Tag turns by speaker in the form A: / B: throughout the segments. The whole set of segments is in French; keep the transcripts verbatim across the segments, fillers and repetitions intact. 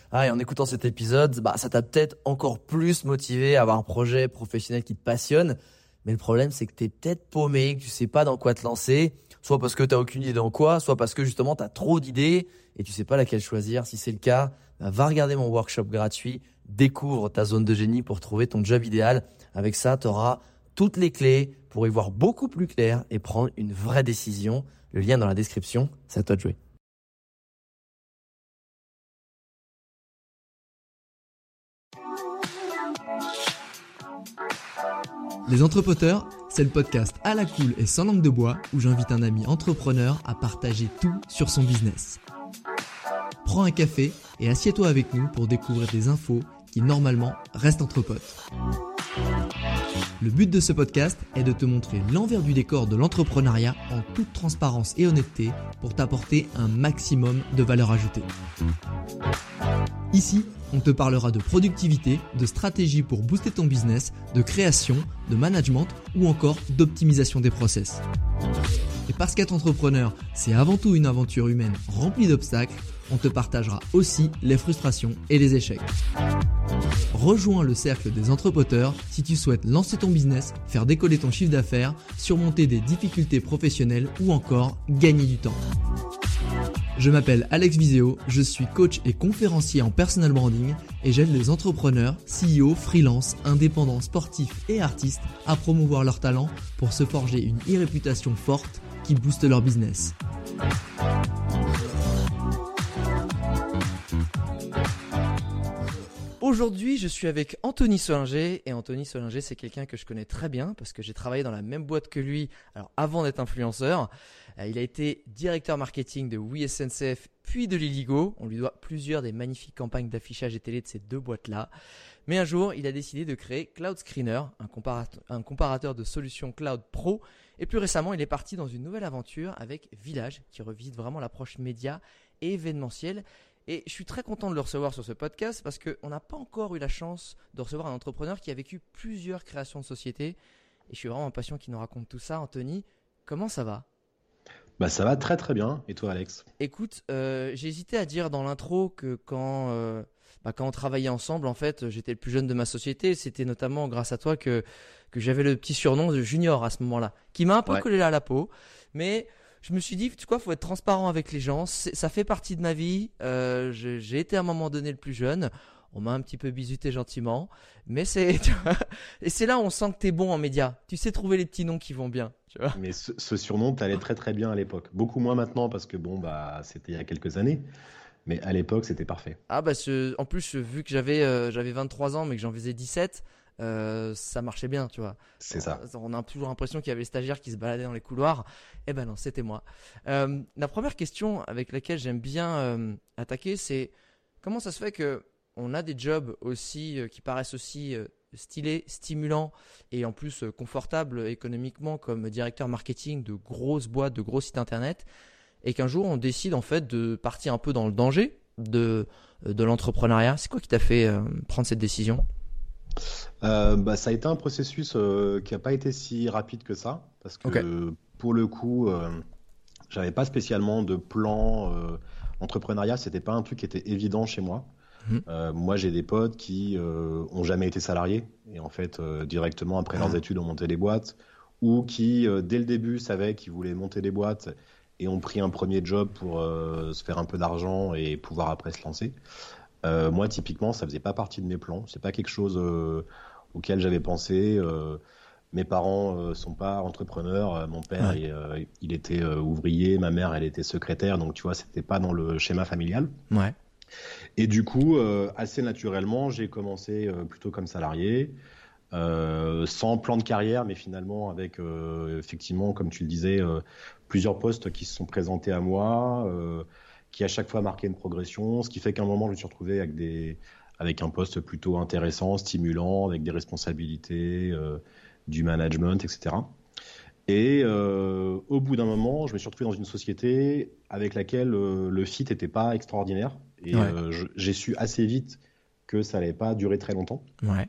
A: Ah, et en écoutant cet épisode, bah, ça t'a peut-être encore plus motivé à avoir un projet professionnel qui te passionne. Mais le problème, c'est que t'es peut-être paumé, que tu sais pas dans quoi te lancer. Soit parce que t'as aucune idée dans quoi, soit parce que justement t'as trop d'idées et tu sais pas laquelle choisir. Si c'est le cas, bah, va regarder mon workshop gratuit. Découvre ta zone de génie pour trouver ton job idéal. Avec ça, tu auras toutes les clés pour y voir beaucoup plus clair et prendre une vraie décision. Le lien dans la description, c'est à toi de jouer.
B: Les Entrepoteurs, c'est le podcast à la cool et sans langue de bois où j'invite un ami entrepreneur à partager tout sur son business. Prends un café et assieds-toi avec nous pour découvrir des infos qui normalement restent entre potes. Le but de ce podcast est de te montrer l'envers du décor de l'entrepreneuriat en toute transparence et honnêteté pour t'apporter un maximum de valeur ajoutée. Ici, on te parlera de productivité, de stratégie pour booster ton business, de création, de management ou encore d'optimisation des process. Et parce qu'être entrepreneur, c'est avant tout une aventure humaine remplie d'obstacles, on te partagera aussi les frustrations et les échecs. Rejoins le cercle des Entrepoteurs si tu souhaites lancer ton business, faire décoller ton chiffre d'affaires, surmonter des difficultés professionnelles ou encore gagner du temps. Je m'appelle Alex Viseo, je suis coach et conférencier en personal branding et j'aide les entrepreneurs, C E O, freelance, indépendants, sportifs et artistes à promouvoir leurs talents pour se forger une e-réputation forte qui booste leur business.
A: Aujourd'hui, je suis avec Anthony Solinger et Anthony Solinger, c'est quelqu'un que je connais très bien parce que j'ai travaillé dans la même boîte que lui alors avant d'être influenceur. Euh, il a été directeur marketing de Oui S N C F puis de Liligo. On lui doit plusieurs des magnifiques campagnes d'affichage et télé de ces deux boîtes-là. Mais un jour, il a décidé de créer Cloud Screener, un comparateur, un comparateur de solutions cloud pro. Et plus récemment, il est parti dans une nouvelle aventure avec Village qui revisite vraiment l'approche média et événementielle. Et je suis très content de le recevoir sur ce podcast parce qu'on n'a pas encore eu la chance de recevoir un entrepreneur qui a vécu plusieurs créations de société. Et je suis vraiment impatient qu'il nous raconte tout ça. Anthony, comment ça va ?
C: Bah ça va très très bien. Et toi, Alex ?
A: Écoute, euh, j'ai hésité à dire dans l'intro que quand, euh, bah, quand on travaillait ensemble, en fait, j'étais le plus jeune de ma société. C'était notamment grâce à toi que, que j'avais le petit surnom de Junior à ce moment-là, qui m'a un peu ouais. collé là à la peau. Mais je me suis dit, tu sais quoi, faut être transparent avec les gens. C'est, ça fait partie de ma vie. Euh, j'ai, j'ai été à un moment donné le plus jeune. On m'a un petit peu bisuté gentiment, mais c'est tu vois, et c'est là où on sent que t'es bon en médias. Tu sais trouver les petits noms qui vont bien. Tu vois.
C: Mais ce, ce surnom t'allait très très bien à l'époque. Beaucoup moins maintenant parce que bon bah c'était il y a quelques années. Mais à l'époque c'était parfait.
A: Ah bah ce, en plus vu que j'avais euh, j'avais vingt-trois ans mais que j'en faisais dix-sept. Euh, ça marchait bien, tu vois.
C: C'est
A: on,
C: ça.
A: On a toujours l'impression qu'il y avait les stagiaires qui se baladaient dans les couloirs. Eh ben non, c'était moi. Euh, la première question avec laquelle j'aime bien euh, attaquer, c'est comment ça se fait que on a des jobs aussi euh, qui paraissent aussi euh, stylés, stimulants et en plus euh, confortables économiquement comme directeur marketing de grosses boîtes, de gros sites internet, et qu'un jour on décide en fait de partir un peu dans le danger de de l'entrepreneuriat. C'est quoi qui t'a fait euh, prendre cette décision ?
C: Euh, bah, ça a été un processus euh, qui n'a pas été si rapide que ça, parce que
A: okay.
C: euh, pour le coup, euh, j'avais pas spécialement de plan euh, entrepreneuriat, c'était pas un truc qui était évident chez moi. Mmh. Euh, moi, j'ai des potes qui euh, ont jamais été salariés et en fait, euh, directement après leurs études, ont monté des boîtes, ou qui, euh, dès le début, savaient qu'ils voulaient monter des boîtes et ont pris un premier job pour euh, se faire un peu d'argent et pouvoir après se lancer. Euh, moi, typiquement, ça faisait pas partie de mes plans. C'est pas quelque chose euh, auquel j'avais pensé. Euh, mes parents euh, sont pas entrepreneurs. Euh, mon père, ouais. il, euh, il était euh, ouvrier. Ma mère, elle était secrétaire. Donc, tu vois, c'était pas dans le schéma familial.
A: Ouais.
C: Et du coup, euh, assez naturellement, j'ai commencé euh, plutôt comme salarié, euh, sans plan de carrière, mais finalement avec, euh, effectivement, comme tu le disais, euh, plusieurs postes qui se sont présentés à moi. Euh, qui à chaque fois marquait une progression, ce qui fait qu'à un moment, je me suis retrouvé avec, des, avec un poste plutôt intéressant, stimulant, avec des responsabilités, euh, du management, et cetera. Et euh, au bout d'un moment, je me suis retrouvé dans une société avec laquelle euh, le fit n'était pas extraordinaire. Et ouais. euh, je, j'ai su assez vite que ça n'allait pas durer très longtemps.
A: Ouais.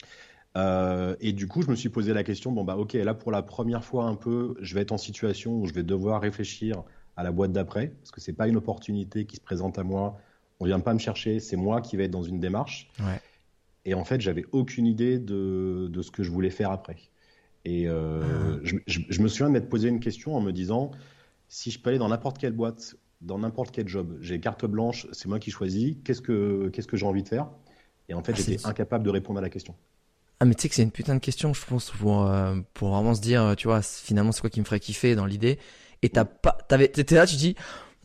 C: Euh, et du coup, je me suis posé la question, bon bah ok, là pour la première fois un peu, je vais être en situation où je vais devoir réfléchir à la boîte d'après, parce que c'est pas une opportunité qui se présente à moi on vient pas me chercher, c'est moi qui vais être dans une démarche.
A: Ouais.
C: Et en fait, j'avais aucune idée de, de ce que je voulais faire après. Et euh, ah. je, je, je me souviens de m'être posé une question en me disant, si je peux aller dans n'importe quelle boîte, dans n'importe quel job, j'ai carte blanche, c'est moi qui choisis, qu'est-ce que, qu'est-ce que j'ai envie de faire? Et en fait, ah, j'étais c'est... incapable de répondre à la question.
A: Ah, mais tu sais que c'est une putain de question, je pense, pour, euh, pour vraiment se dire, tu vois, finalement, c'est quoi qui me ferait kiffer dans l'idée. Et t'as pas, t'avais, t'étais là, tu dis,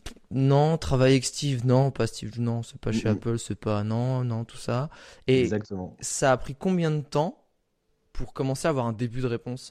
A: non, travailler avec Steve, non, pas Steve, non, c'est pas chez mm-hmm. Apple, c'est pas, non, non, tout ça. Et
C: exactement.
A: Ça a pris combien de temps pour commencer à avoir un début de réponse?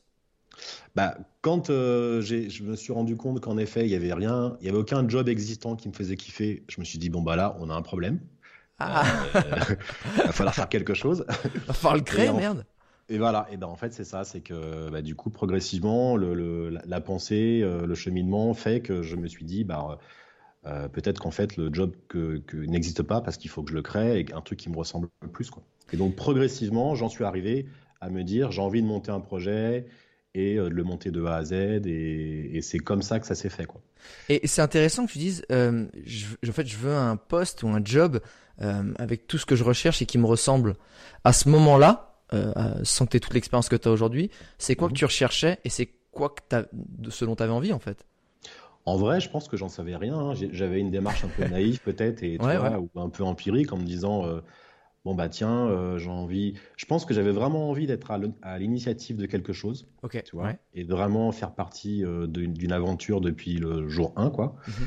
C: Bah, quand euh, j'ai, je me suis rendu compte qu'en effet, il y avait rien, il y avait aucun job existant qui me faisait kiffer, je me suis dit, bon, bah là, on a un problème.
A: Ah.
C: Euh, il va falloir faire quelque chose.
A: Il va falloir le créer,
C: en,
A: merde.
C: Et voilà, et ben en fait, c'est ça, c'est que bah, du coup, progressivement, le, le, la, la pensée, euh, le cheminement fait que je me suis dit, bah, euh, peut-être qu'en fait, le job que, que n'existe pas parce qu'il faut que je le crée et un truc qui me ressemble le plus, quoi. Et donc, progressivement, j'en suis arrivé à me dire, j'ai envie de monter un projet et de le monter de A à Z, et, et c'est comme ça que ça s'est fait, quoi.
A: Et c'est intéressant que tu dises, euh, je, en fait, je veux un poste ou un job euh, avec tout ce que je recherche et qui me ressemble. À ce moment-là, euh, sans que tu aies toute l'expérience que tu as aujourd'hui, c'est quoi mmh. que tu recherchais et c'est quoi que t'as, de ce dont tu avais envie, en fait?
C: En vrai, je pense que j'en savais rien, hein. J'avais une démarche un peu naïve peut-être, et tu
A: ouais,
C: vois,
A: ouais.
C: ou un peu empirique, en me disant... Euh, bon bah tiens, euh, j'ai envie. Je pense que j'avais vraiment envie d'être à, à l'initiative de quelque chose,
A: okay,
C: tu vois,
A: ouais.
C: et de vraiment faire partie euh, d'une, d'une aventure depuis le jour un, quoi. Mm-hmm.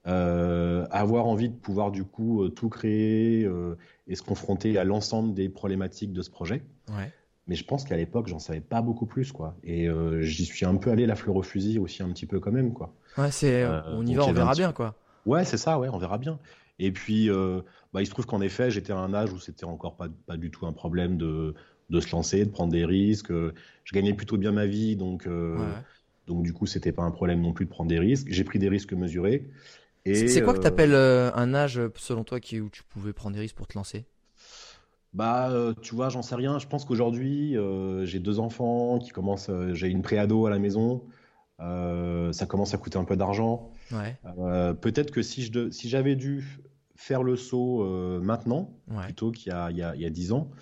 C: Euh, avoir envie de pouvoir du coup euh, tout créer euh, et se confronter à l'ensemble des problématiques de ce projet.
A: Ouais.
C: Mais je pense qu'à l'époque, j'en savais pas beaucoup plus, quoi. Et euh, j'y suis un peu allé la fleur au fusil aussi un petit peu quand même, quoi.
A: Ouais, c'est euh, on y va, on verra petit... bien, quoi.
C: Ouais, c'est ça, ouais, on verra bien. Et puis, euh, bah, il se trouve qu'en effet, j'étais à un âge où c'était encore pas, pas du tout un problème de, de se lancer, de prendre des risques. Je gagnais plutôt bien ma vie, donc, euh, ouais. donc du coup, c'était pas un problème non plus de prendre des risques. J'ai pris des risques mesurés. Et,
A: c'est, c'est quoi euh, que tu appelles euh, un âge, selon toi, qui, où tu pouvais prendre des risques pour te lancer?
C: Bah, euh, tu vois, j'en sais rien. Je pense qu'aujourd'hui, euh, j'ai deux enfants qui commencent. Euh, j'ai une préado à la maison. Euh, ça commence à coûter un peu d'argent.
A: Ouais.
C: Euh, peut-être que si, je de, si j'avais dû faire le saut euh, maintenant, ouais. plutôt qu'il y a, il y a, il y a dix ans,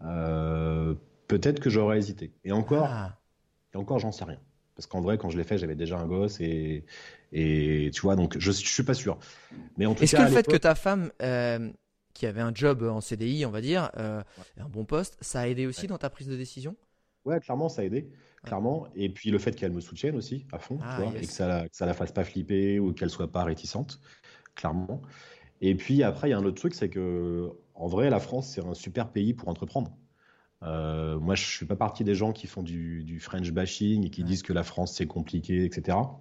C: euh, peut-être que j'aurais hésité. Et encore, ah. et encore, j'en sais rien. Parce qu'en vrai, quand je l'ai fait, j'avais déjà un gosse et, et tu vois, donc je, je suis pas sûr. Mais en tout
A: Est-ce
C: cas,
A: que le fait que ta femme, euh, qui avait un job en C D I, on va dire, euh, ouais. un bon poste, ça a aidé aussi ouais. dans ta prise de décision?
C: Ouais, clairement, ça a aidé. Clairement. Ouais. Et puis le fait qu'elle me soutienne aussi, à fond, ah, tu vois, yes. et que ça, la, que ça la fasse pas flipper ou qu'elle soit pas réticente, clairement. Et puis après, il y a un autre truc, c'est que en vrai, la France, c'est un super pays pour entreprendre. Euh, moi, je suis pas partie des gens qui font du, du French bashing et qui ouais. disent que la France, c'est compliqué, et cetera.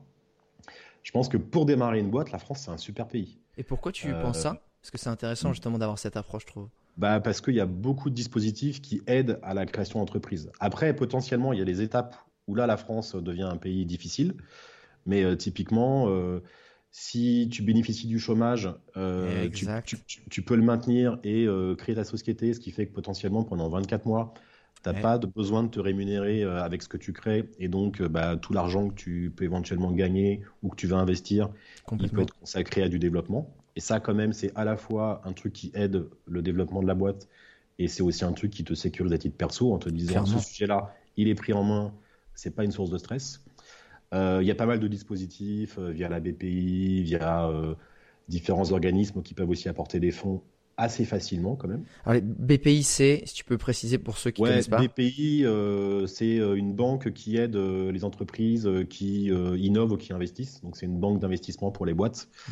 C: Je pense que pour démarrer une boîte, la France, c'est un super pays.
A: Et pourquoi tu euh, penses ça? Parce que c'est intéressant justement d'avoir cette approche, je trouve.
C: Bah parce qu'il y a beaucoup de dispositifs qui aident à la création d'entreprise. Après, potentiellement, il y a les étapes où là, la France devient un pays difficile. Mais euh, typiquement, euh, si tu bénéficies du chômage, euh, tu, tu, tu, tu peux le maintenir et euh, créer ta société, ce qui fait que potentiellement, pendant vingt-quatre mois, tu n'as ouais. pas de besoin de te rémunérer euh, avec ce que tu crées. Et donc, euh, bah, tout l'argent que tu peux éventuellement gagner ou que tu vas investir, il peut être consacré à du développement. Et ça, quand même, c'est à la fois un truc qui aide le développement de la boîte et c'est aussi un truc qui te sécurise à titre perso en te disant Clairement. Ce sujet-là, il est pris en main, c'est pas une source de stress. Il euh, y a pas mal de dispositifs euh, via la B P I, via euh, différents organismes qui peuvent aussi apporter des fonds assez facilement quand même.
A: Alors, les B P I, c'est, si tu peux préciser pour ceux qui ne
C: ouais,
A: connaissent pas.
C: B P I, euh, c'est une banque qui aide euh, les entreprises euh, qui euh, innovent ou qui investissent. Donc, c'est une banque d'investissement pour les boîtes. Ouais.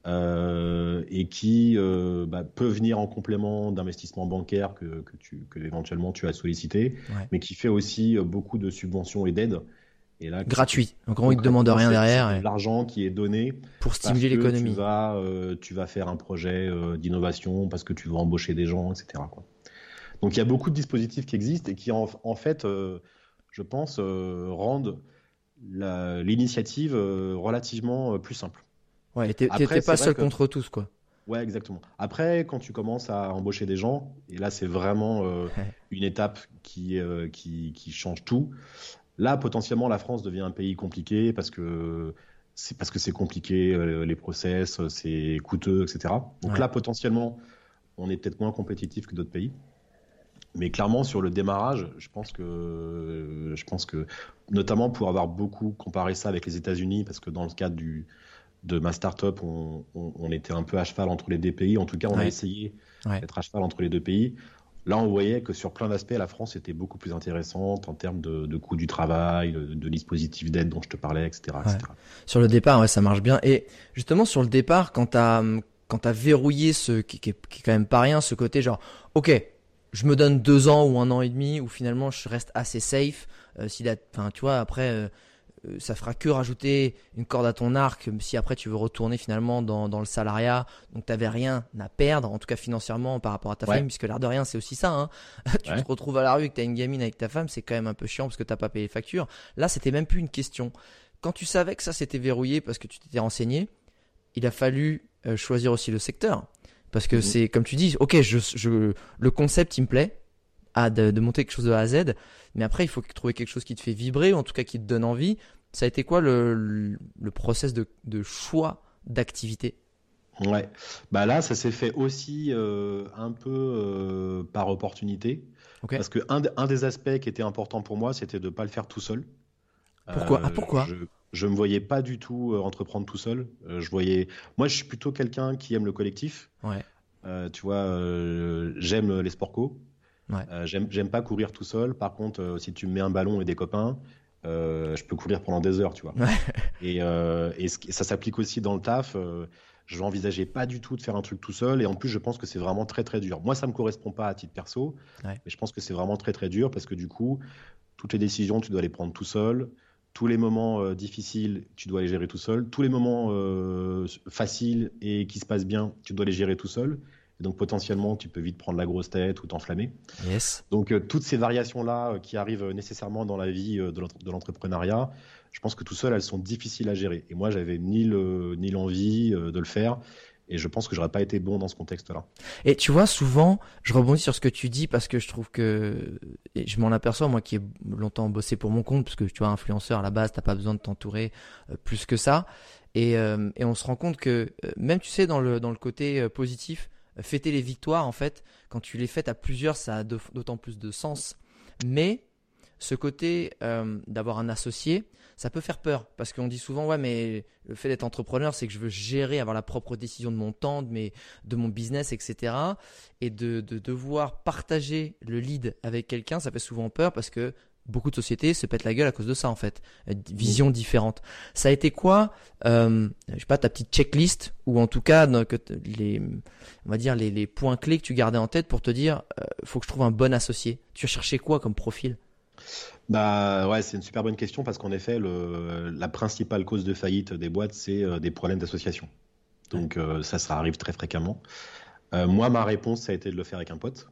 C: Euh, et qui euh, bah, peut venir en complément d'investissements bancaires que, que, tu, que éventuellement tu as sollicité, ouais. mais qui fait aussi euh, beaucoup de subventions et d'aides. Et là,
A: gratuit. Donc, on ne te demande rien derrière.
C: C'est et... l'argent qui est donné
A: pour stimuler l'économie.
C: Tu vas, euh, tu vas faire un projet euh, d'innovation parce que tu veux embaucher des gens, et cetera, quoi. Donc, il y a beaucoup de dispositifs qui existent et qui, en, en fait, euh, je pense, euh, rendent la, l'initiative euh, relativement euh, plus simple.
A: Ouais, t'es, Après, t'es pas seul que... contre tous, quoi.
C: Ouais, exactement. Après, quand tu commences à embaucher des gens, et là, c'est vraiment euh, une étape qui, euh, qui, qui change tout. Là, potentiellement, la France devient un pays compliqué parce que c'est parce que c'est compliqué, euh, les process, c'est coûteux, et cetera. Donc
A: Ouais.
C: là, potentiellement, on est peut-être moins compétitif que d'autres pays. Mais clairement, sur le démarrage, je pense que, je pense que, notamment pour avoir beaucoup comparé ça avec les États-Unis, parce que dans le cadre du, de ma startup, on, on, on était un peu à cheval entre les deux pays. En tout cas, on a
A: Ouais.
C: essayé
A: Ouais.
C: d'être à cheval entre les deux pays. Là, on voyait que sur plein d'aspects, la France était beaucoup plus intéressante en termes de, de coût du travail, de, de dispositifs d'aide dont je te parlais, et cetera,
A: Ouais.
C: et cetera.
A: Sur le départ, ouais, ça marche bien. Et justement, sur le départ, quand t'as, quand t'as verrouillé ce qui, qui, est, qui est quand même pas rien, ce côté genre, ok, je me donne deux ans ou un an et demi, où finalement je reste assez safe. Euh, si la, enfin, tu vois, après, euh, euh, ça fera que rajouter une corde à ton arc. Si après tu veux retourner finalement dans, dans le salariat, donc t'avais rien à perdre, en tout cas financièrement par rapport à ta
C: Ouais.
A: famille, puisque l'air de rien, c'est aussi ça. Hein. tu
C: Ouais.
A: te retrouves à la rue et que t'as une gamine avec ta femme, c'est quand même un peu chiant parce que t'as pas payé les factures. Là, c'était même plus une question. Quand tu savais que ça s'était verrouillé parce que tu t'étais renseigné, il a fallu euh, choisir aussi le secteur. Parce que
C: Mhm.
A: c'est, comme tu dis, ok, je, je, le concept, il me plaît, à de, de monter quelque chose de A à Z, mais après, il faut trouver quelque chose qui te fait vibrer, ou en tout cas qui te donne envie. Ça a été quoi le, le, le process de, de choix d'activité?
C: Ouais. Bah là, ça s'est fait aussi euh, un peu euh, par opportunité.
A: Ok.
C: Parce que un, de- un des aspects qui était important pour moi, c'était de ne pas le faire tout seul.
A: Pourquoi? Ah,
C: Euh,
A: pourquoi?
C: je, je me voyais pas du tout euh, entreprendre tout seul. Euh, je voyais, moi, je suis plutôt quelqu'un qui aime le collectif.
A: Ouais,
C: Euh, tu vois, euh, j'aime les sports co.
A: ouais,
C: Euh, j'aime, j'aime pas courir tout seul. Par contre, euh, si tu me mets un ballon et des copains, euh, je peux courir pendant des heures, tu vois.
A: ouais,
C: Et, euh, et ce qui- ça s'applique aussi dans le taf. Euh, je n'envisageais pas du tout de faire un truc tout seul. Et en plus, je pense que c'est vraiment très, très dur. Moi, ça me correspond pas à titre perso,
A: ouais.
C: mais je pense que c'est vraiment très, très dur parce que du coup, toutes les décisions, tu dois les prendre tout seul. Tous les moments euh, difficiles, tu dois les gérer tout seul. Tous les moments euh, faciles et qui se passent bien, tu dois les gérer tout seul. Et donc, potentiellement, tu peux vite prendre la grosse tête ou t'enflammer.
A: Yes.
C: Donc, euh, toutes ces variations-là euh, qui arrivent nécessairement dans la vie euh, de l'entre- de l'entrepreneuriat, je pense que tout seul, elles sont difficiles à gérer. Et moi, j'avais ni le, ni l'envie euh, de le faire. Et je pense que j'aurais pas été bon dans ce contexte-là.
A: Et tu vois, souvent, je rebondis sur ce que tu dis parce que je trouve que, et je m'en aperçois, moi qui ai longtemps bossé pour mon compte, parce que tu vois, influenceur à la base, t'as pas besoin de t'entourer euh, plus que ça. Et, euh, et on se rend compte que, euh, même tu sais, dans le, dans le côté euh, positif, euh, fêter les victoires, en fait, quand tu les fêtes à plusieurs, ça a de- d'autant plus de sens. Mais ce côté euh, d'avoir un associé, ça peut faire peur parce qu'on dit souvent ouais mais le fait d'être entrepreneur c'est que je veux gérer, avoir la propre décision de mon temps, de, mes, de mon business, et cetera. Et de, de devoir partager le lead avec quelqu'un, ça fait souvent peur parce que beaucoup de sociétés se pètent la gueule à cause de ça en fait. Euh, Vision différente. Ça a été quoi, euh, je sais pas, ta petite checklist ou en tout cas donc, les, on va dire les, les points clés que tu gardais en tête pour te dire euh, faut que je trouve un bon associé. Tu as cherché quoi comme profil?
C: Bah ouais, c'est une super bonne question parce qu'en effet, le, la principale cause de faillite des boîtes, c'est euh, des problèmes d'association. Donc euh, ça, ça arrive très fréquemment. Euh, moi, ma réponse, ça a été de le faire avec un pote.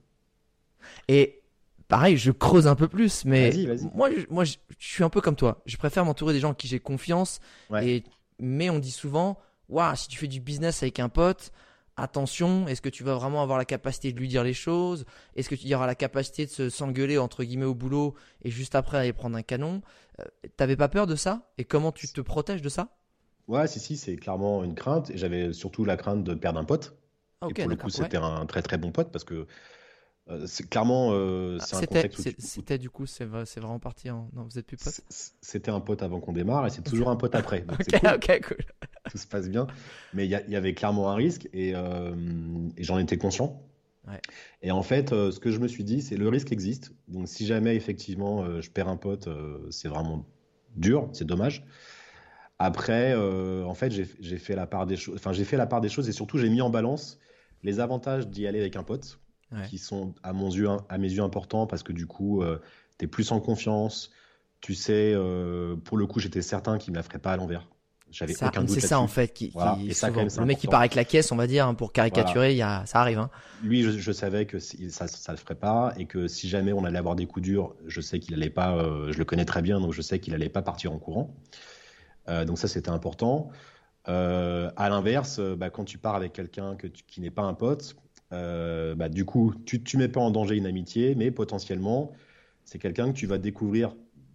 A: Et pareil, je creuse un peu plus, mais
C: Vas-y, vas-y.
A: moi, je, moi, je, je suis un peu comme toi. Je préfère m'entourer des gens en qui j'ai confiance.
C: Ouais.
A: Et mais on dit souvent, waouh, si tu fais du business avec un pote, attention, est-ce que tu vas vraiment avoir la capacité de lui dire les choses? Est-ce que tu auras la capacité de se s'engueuler entre guillemets au boulot et juste après aller prendre un canon? Euh, T'avais pas peur de ça? Et comment tu te protèges de ça?
C: Ouais, si, si, c'est clairement une crainte. Et j'avais surtout la crainte de perdre un pote.
A: Ah
C: Et
A: ok,
C: pour le coup,
A: d'accord, ouais.
C: c'était un très très bon pote parce que euh, c'est clairement euh,
A: Ah,
C: c'est un
A: C'était,
C: contexte où, tu-
A: c'est-
C: où
A: c'était du coup, c'est vrai- c'est vraiment parti en... Non, vous êtes plus potes?
C: c- c'était un pote avant qu'on démarre et c'est toujours un pote après. Donc c'est
A: Ok,
C: cool,
A: ok, cool.
C: tout se passe bien. Mais il y, a- il y avait clairement un risque et, euh, et j'en étais conscient.
A: Ouais.
C: Et en fait, euh, ce que je me suis dit, c'est le risque existe. Donc si jamais effectivement euh, je perds un pote, euh, c'est vraiment dur, c'est dommage. Après, euh, en fait, j'ai j'ai fait la part des choses. Enfin, j'ai fait la part des choses et surtout j'ai mis en balance les avantages d'y aller avec un pote,
A: Ouais.
C: qui sont à mon yeux, à mes yeux importants parce que du coup, tu es plus en confiance. Tu sais, euh, pour le coup, j'étais certain qu'il me la ferait pas à l'envers. J'avais
A: Ça,
C: aucun doute
A: c'est ça en
C: là-dessus.
A: fait qui,
C: Voilà.
A: qui
C: Et ça, quand
A: souvent
C: même, c'est
A: le mec qui
C: important.
A: part avec la caisse, on va dire, hein, pour
C: Voilà.
A: caricaturer, il y a, ça arrive. Hein.
C: Lui, je, je savais que si- ça, ça le ferait pas et que si jamais on allait avoir des coups durs, je sais qu'il allait pas. Euh, je le connais très bien, donc je sais qu'il allait pas partir en courant. Euh, donc ça, c'était important. Euh, à l'inverse, euh, bah, quand tu pars avec quelqu'un que tu- qui n'est pas un pote, euh, bah, du coup, tu ne mets pas en danger une amitié, mais potentiellement, c'est quelqu'un que tu vas découvrir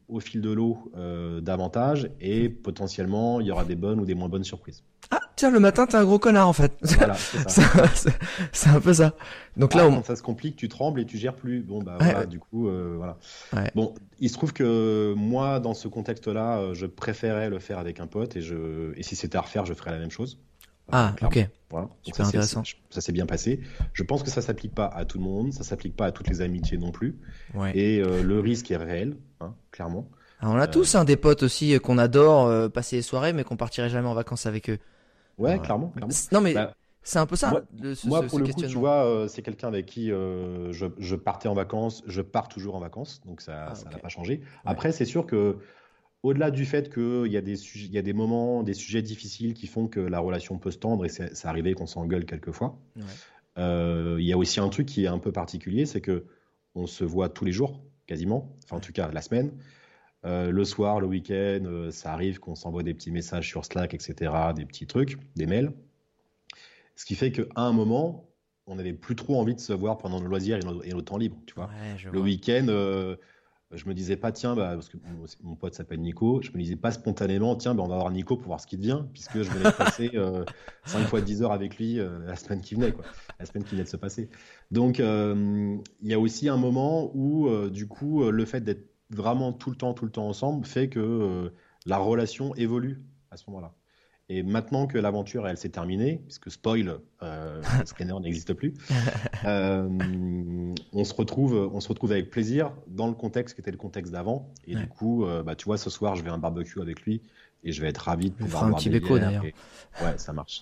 C: au fil de l'eau euh, davantage et potentiellement il y aura des bonnes ou des moins bonnes surprises.
A: Ah, tiens, le matin, t'es un gros connard en fait.
C: Voilà, c'est ça.
A: c'est, c'est un peu ça. Donc
C: ah,
A: là,
C: quand
A: on...
C: ça se complique, tu trembles et tu gères plus. Bon, bah
A: ouais,
C: voilà,
A: ouais.
C: du coup, euh, voilà.
A: Ouais.
C: Bon, il se trouve que moi, dans ce contexte-là, euh, je préférais le faire avec un pote et, je... et si c'était à refaire, je ferais la même chose.
A: Ah,
C: Clairement.
A: ok.
C: Voilà. Donc
A: Super
C: ça, c'est-
A: intéressant.
C: c'est- ça s'est bien passé. Je pense que ça s'applique pas à tout le monde, ça s'applique pas à toutes les amitiés non plus.
A: Ouais.
C: Et euh, le risque est réel, hein, clairement.
A: Alors, on a
C: Euh,
A: tous hein, des potes aussi euh, qu'on adore euh, passer les soirées, mais qu'on partirait jamais en vacances avec eux.
C: Ouais,
A: Alors,
C: clairement, clairement.
A: c'est- non, mais
C: Bah,
A: c'est un peu ça,
C: moi,
A: le- ce,
C: moi,
A: ce-
C: pour
A: ce
C: le coup, tu
A: questionnement.
C: vois, euh, c'est quelqu'un avec qui euh, je, je partais en vacances, je pars toujours en vacances, donc ça,
A: Ah,
C: ça n'a
A: ok.
C: pas changé.
A: Ouais.
C: Après, c'est sûr que au-delà du fait qu'il y a des sujets, il y a des moments, des sujets difficiles qui font que la relation peut se tendre, et c'est c'est arrivé qu'on s'engueule quelquefois.
A: Ouais.
C: Euh, il y a aussi un truc qui est un peu particulier, c'est que on se voit tous les jours, quasiment, enfin en
A: Ouais.
C: tout cas la semaine. Euh, le soir, le week-end, euh, ça arrive qu'on s'envoie des petits messages sur Slack, et cetera, des petits trucs, des mails. Ce qui fait qu'à un moment, on n'avait plus trop envie de se voir pendant nos loisirs et nos, et nos temps libres, tu vois.
A: Ouais, je
C: Le
A: vois.
C: week-end, euh, je me disais pas, tiens, bah, parce que mon, mon pote s'appelle Nico, je me disais pas spontanément, tiens, bah, on va voir Nico pour voir ce qu'il devient, puisque je venais de passer euh, cinq fois dix heures avec lui euh, la semaine qui venait, quoi, la semaine qui venait de se passer. Donc, euh, il y a aussi un moment où, euh, du coup, euh, le fait d'être vraiment tout le temps, tout le temps ensemble fait que euh, la relation évolue à ce moment-là. Et maintenant que l'aventure, elle s'est terminée, puisque spoil, euh, le scanner n'existe plus, euh, on se retrouve, on se retrouve avec plaisir dans le contexte qui était le contexte d'avant. Et
A: Ouais.
C: du coup, euh, bah, tu vois, ce soir, je vais à un barbecue avec lui et je vais être ravi de
A: On
C: pouvoir
A: fera un
C: boire
A: petit
C: des
A: béco,
C: bières.
A: d'ailleurs.
C: Et... Ouais, ça marche.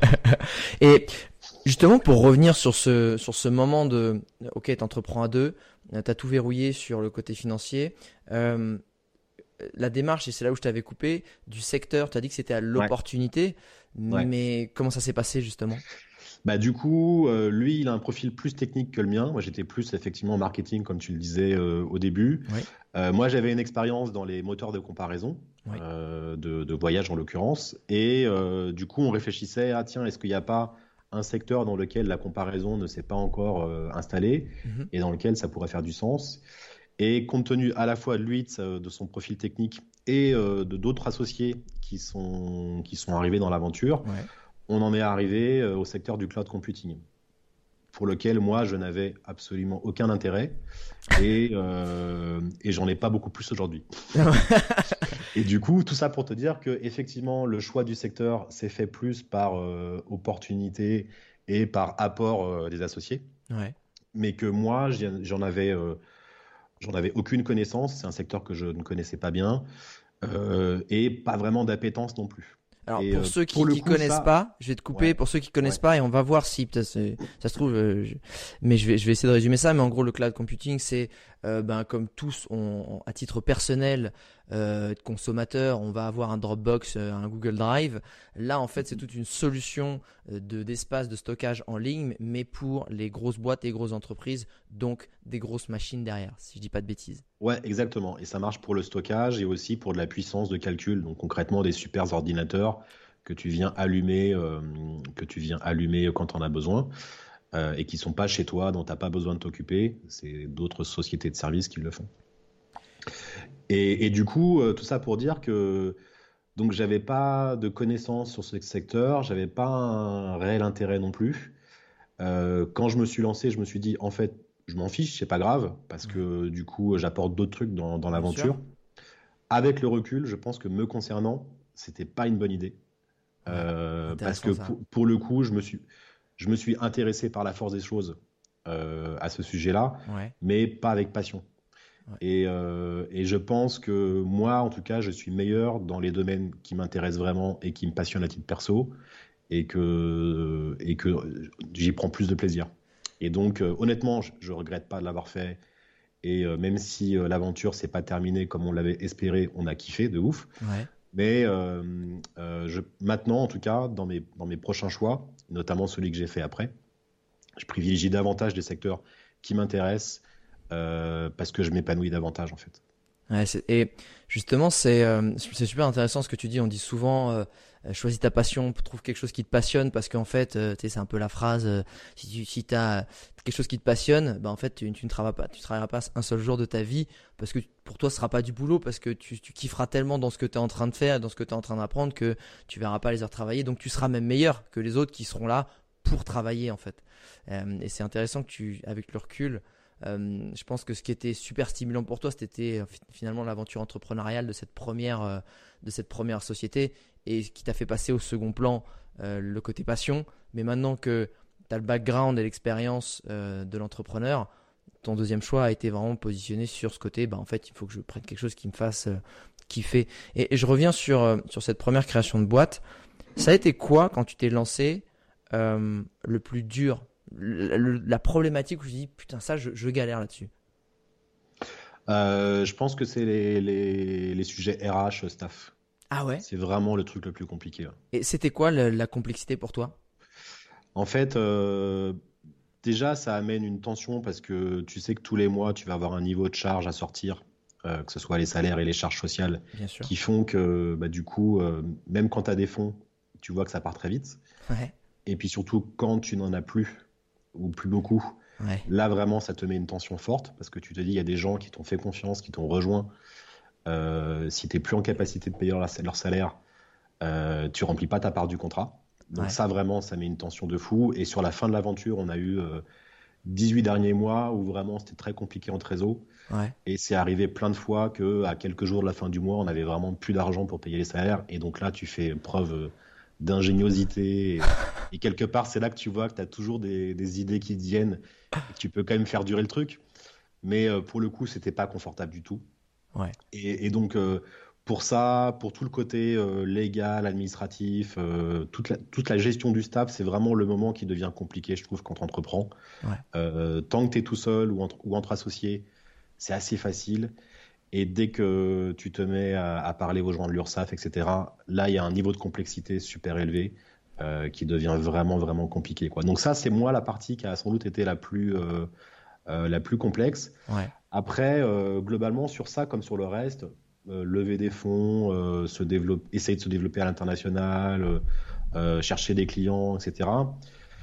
A: Et justement, pour revenir sur ce, sur ce moment de, ok, t'entreprends à deux, euh, t'as tout verrouillé sur le côté financier. Euh, la démarche, et c'est là où je t'avais coupé, du secteur, tu as dit que c'était à l'opportunité,
C: Ouais.
A: mais comment ça s'est passé justement?
C: Bah, du coup, euh, lui, il a un profil plus technique que le mien. Moi, j'étais plus effectivement marketing, comme tu le disais euh, au début.
A: Oui.
C: Euh, moi, j'avais une expérience dans les moteurs de comparaison,
A: Oui.
C: euh, de, de voyage en l'occurrence. Et euh, du coup, on réfléchissait à, tiens, est-ce qu'il n'y a pas un secteur dans lequel la comparaison ne s'est pas encore euh, installée
A: Mhm.
C: et dans lequel ça pourrait faire du sens. Et compte tenu à la fois de lui, de, sa- de son profil technique et euh, de d'autres associés qui sont, qui sont arrivés dans l'aventure,
A: Ouais.
C: on en est arrivé euh, au secteur du cloud computing, pour lequel moi je n'avais absolument aucun intérêt et, euh, et j'en ai pas beaucoup plus aujourd'hui. Et du coup, tout ça pour te dire que effectivement, le choix du secteur s'est fait plus par euh, opportunité et par apport euh, des associés,
A: Ouais.
C: mais que moi j'y- j'en avais, euh, j'en avais aucune connaissance. C'est un secteur que je ne connaissais pas bien euh, et pas vraiment d'appétence non plus.
A: Alors
C: Et
A: pour
C: euh,
A: ceux qui,
C: pour le
A: qui
C: coup,
A: connaissent
C: ça-
A: pas, je vais te couper.
C: Ouais.
A: Pour ceux qui connaissent
C: Ouais.
A: pas, et on va voir si peut-être c'est- ça se trouve, euh, je- mais je vais je vais essayer de résumer ça. Mais en gros, le cloud computing, c'est euh, ben comme tous, on, on- à titre personnel, euh, consommateur, on va avoir un Dropbox, euh, un Google Drive. Là, en fait, c'est toute une solution euh, de d'espace de stockage en ligne, mais pour les grosses boîtes et grosses entreprises, donc des grosses machines derrière. Si je dis pas de bêtises.
C: Ouais, exactement. Et ça marche pour le stockage et aussi pour de la puissance de calcul. Donc concrètement, des super ordinateurs que tu viens allumer, euh, que tu viens allumer quand tu en as besoin euh, et qui sont pas chez toi, dont tu n'as pas besoin de t'occuper. C'est d'autres sociétés de services qui le font. Et, et du coup, euh, tout ça pour dire que donc j'avais pas de connaissances sur ce secteur, j'avais pas un réel intérêt non plus. Euh, quand je me suis lancé, je me suis dit en fait, je m'en fiche, c'est pas grave parce que du coup, j'apporte d'autres trucs dans, dans
A: Bien
C: l'aventure.
A: sûr.
C: Avec le recul, je pense que me concernant, c'était pas une bonne idée.
A: Ouais,
C: Euh, parce
A: intéressant,
C: que
A: ça.
C: pour, pour le coup, je me suis, je me suis intéressé par la force des choses euh, à ce sujet-là,
A: Ouais.
C: mais pas avec passion.
A: Ouais.
C: Et, euh, et je pense que moi, en tout cas, je suis meilleur dans les domaines qui m'intéressent vraiment et qui me passionnent à titre perso, et que, et que j'y prends plus de plaisir. Et donc, euh, honnêtement, je, je regrette pas de l'avoir fait. Et euh, même si euh, l'aventure s'est pas terminée comme on l'avait espéré, on a kiffé de ouf.
A: Ouais.
C: Mais euh, euh, je, maintenant, en tout cas, dans mes, dans mes prochains choix, notamment celui que j'ai fait après, je privilégie davantage des secteurs qui m'intéressent euh, parce que je m'épanouis davantage en fait.
A: Ouais, c'est- et justement, c'est euh, c'est super intéressant ce que tu dis. On dit souvent, euh, euh, choisis ta passion, trouve quelque chose qui te passionne, parce qu'en fait, euh, tu sais, c'est un peu la phrase. euh, si tu si t'as quelque chose qui te passionne, bah en fait, tu, tu ne travailleras pas, tu travailleras pas un seul jour de ta vie, parce que pour toi, ce sera pas du boulot, parce que tu, tu kifferas tellement dans ce que tu es en train de faire, dans ce que tu es en train d'apprendre, que tu verras pas les heures travailler. Donc, tu seras même meilleur que les autres qui seront là pour travailler, en fait. Euh, et c'est intéressant que tu, avec le recul. Euh, je pense que ce qui était super stimulant pour toi, c'était euh, fi- finalement l'aventure entrepreneuriale de cette première, euh, de cette première société, et ce qui t'a fait passer au second plan euh, le côté passion. Mais maintenant que tu as le background et l'expérience euh, de l'entrepreneur, ton deuxième choix a été vraiment positionné sur ce côté. Bah, en fait, il faut que je prenne quelque chose qui me fasse euh, kiffer. Et, et je reviens sur, euh, sur cette première création de boîte. Ça a été quoi quand tu t'es lancé euh, le plus dur? Le- le- la problématique où je dis putain, ça je, je galère là-dessus.
C: Euh, je pense que c'est les, les, les sujets R H, staff.
A: Ah ouais?
C: C'est vraiment le truc le plus compliqué. Ouais.
A: Et c'était quoi le- la complexité pour toi?
C: En fait, euh, déjà, ça amène une tension parce que tu sais que tous les mois, tu vas avoir un niveau de charge à sortir, euh, que ce soit les salaires et les charges sociales,
A: Bien sûr.
C: qui font que bah, du coup, euh, même quand tu as des fonds, tu vois que ça part très vite.
A: Ouais,
C: Et puis surtout, quand tu n'en as plus, ou plus beaucoup,
A: ouais,
C: là vraiment, ça te met une tension forte parce que tu te dis, il y a des gens qui t'ont fait confiance, qui t'ont rejoint. Euh, si tu n'es plus en capacité de payer leur, leur salaire, euh, tu remplis pas ta part du contrat. Donc
A: ouais,
C: ça, vraiment, ça met une tension de fou. Et sur la fin de l'aventure, on a eu euh, dix-huit derniers mois où vraiment c'était très compliqué en trésor.
A: ouais.
C: Et c'est arrivé plein de fois que à quelques jours de la fin du mois, on avait vraiment plus d'argent pour payer les salaires. Et donc là, tu fais preuve euh, d'ingéniosité. Et, et quelque part, c'est là que tu vois que tu as toujours des, des idées qui te viennent et que tu peux quand même faire durer le truc. Mais euh, pour le coup, c'était pas confortable du tout.
A: Ouais.
C: Et, et donc, euh, pour ça, pour tout le côté euh, légal, administratif, euh, toute la, toute la gestion du staff, c'est vraiment le moment qui devient compliqué, je trouve, quand tu entreprends.
A: Ouais.
C: Euh, tant que tu es tout seul ou entre, ou entre associés, c'est assez facile. Et dès que tu te mets à, à parler aux gens de l'URSSAF, et cetera, là, il y a un niveau de complexité super élevé euh, qui devient vraiment, vraiment compliqué, quoi. Donc ça, c'est moi la partie qui a sans doute été la plus, euh, euh, la plus complexe.
A: Ouais.
C: Après, euh, globalement, sur ça, comme sur le reste, euh, lever des fonds, euh, se développer, essayer de se développer à l'international, euh, euh, chercher des clients, et cetera.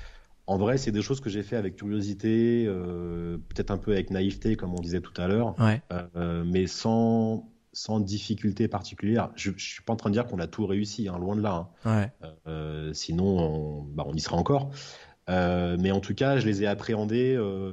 C: En vrai, c'est des choses que j'ai fait avec curiosité, euh, peut-être un peu avec naïveté, comme on disait tout à l'heure,
A: Ouais.
C: euh, mais sans, sans difficulté particulière. Je ne suis pas en train de dire qu'on a tout réussi, hein, loin de là.
A: Ouais.
C: Hein. Euh, sinon, on, bah, on y sera encore. Euh, mais en tout cas, je les ai appréhendés euh,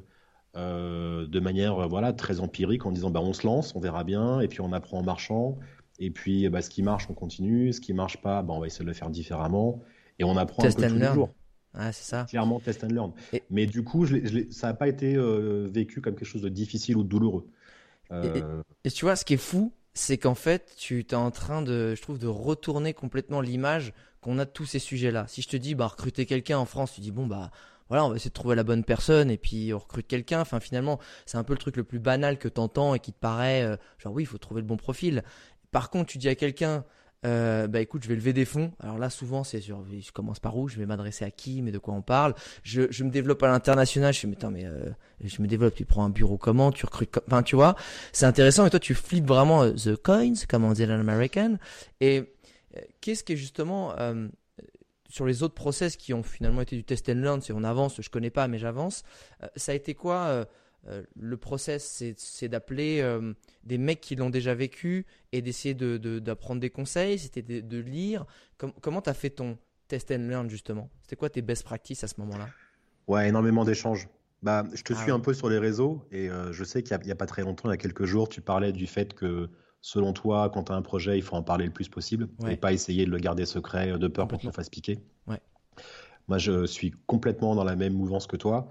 C: euh, de manière euh, voilà, très empirique en disant bah, on se lance, on verra bien, et puis on apprend en marchant. Et puis bah, ce qui marche, on continue. Ce qui marche pas, bah, on va essayer de le faire différemment. Et on apprend
A: Test
C: un peu
A: and
C: tous les
A: learn.
C: jours.
A: Ouais, c'est ça.
C: Clairement, test and learn.
A: Et,
C: Mais du coup, je l'ai- je l'ai- ça n'a pas été euh, vécu comme quelque chose de difficile ou de douloureux.
A: et, et-
C: Euh,
A: et tu vois, ce qui est fou, c'est qu'en fait, tu es en train de, je trouve, de retourner complètement l'image qu'on a de tous ces sujets-là. Si je te dis, bah, recruter quelqu'un en France, tu dis, bon, bah, voilà, on va essayer de trouver la bonne personne et puis on recrute quelqu'un. Enfin, finalement, c'est un peu le truc le plus banal que tu entends et qui te paraît, euh, genre, oui, il faut trouver le bon profil. Par contre, tu dis à quelqu'un, euh, bah écoute, je vais lever des fonds. Alors là, souvent, c'est sur, je commence par où, je vais m'adresser à qui, mais de quoi on parle. Je, je me développe à l'international. Je fais, mais attends, mais euh, je me développe. Tu prends un bureau comment, tu recrutes, com- enfin, tu vois, c'est intéressant. Et toi, tu flippes vraiment euh, the coins, comme on dit en American. Et euh, qu'est-ce qui est justement euh, sur les autres process qui ont finalement été du test and learn, c'est on avance, je connais pas, mais j'avance. Euh, ça a été quoi euh, euh, le process, c'est, c'est d'appeler euh, des mecs qui l'ont déjà vécu et d'essayer de, de- d'apprendre des conseils, c'était de, de lire. Com- comment tu as fait ton test and learn justement? C'était quoi tes best practices à ce moment-là?
C: ouais, énormément d'échanges. Bah, je te
A: Ah
C: suis un
A: ouais,
C: peu sur les réseaux et euh, je sais qu'il n'y a, il y a pas très longtemps, il y a quelques jours, tu parlais du fait que selon toi, quand tu as un projet, il faut en parler le plus possible et
A: ouais,
C: pas essayer de le garder secret euh, de peur qu'on te le
A: complètement.
C: fasse piquer.
A: Ouais,
C: Moi, je suis complètement dans la même mouvance que toi.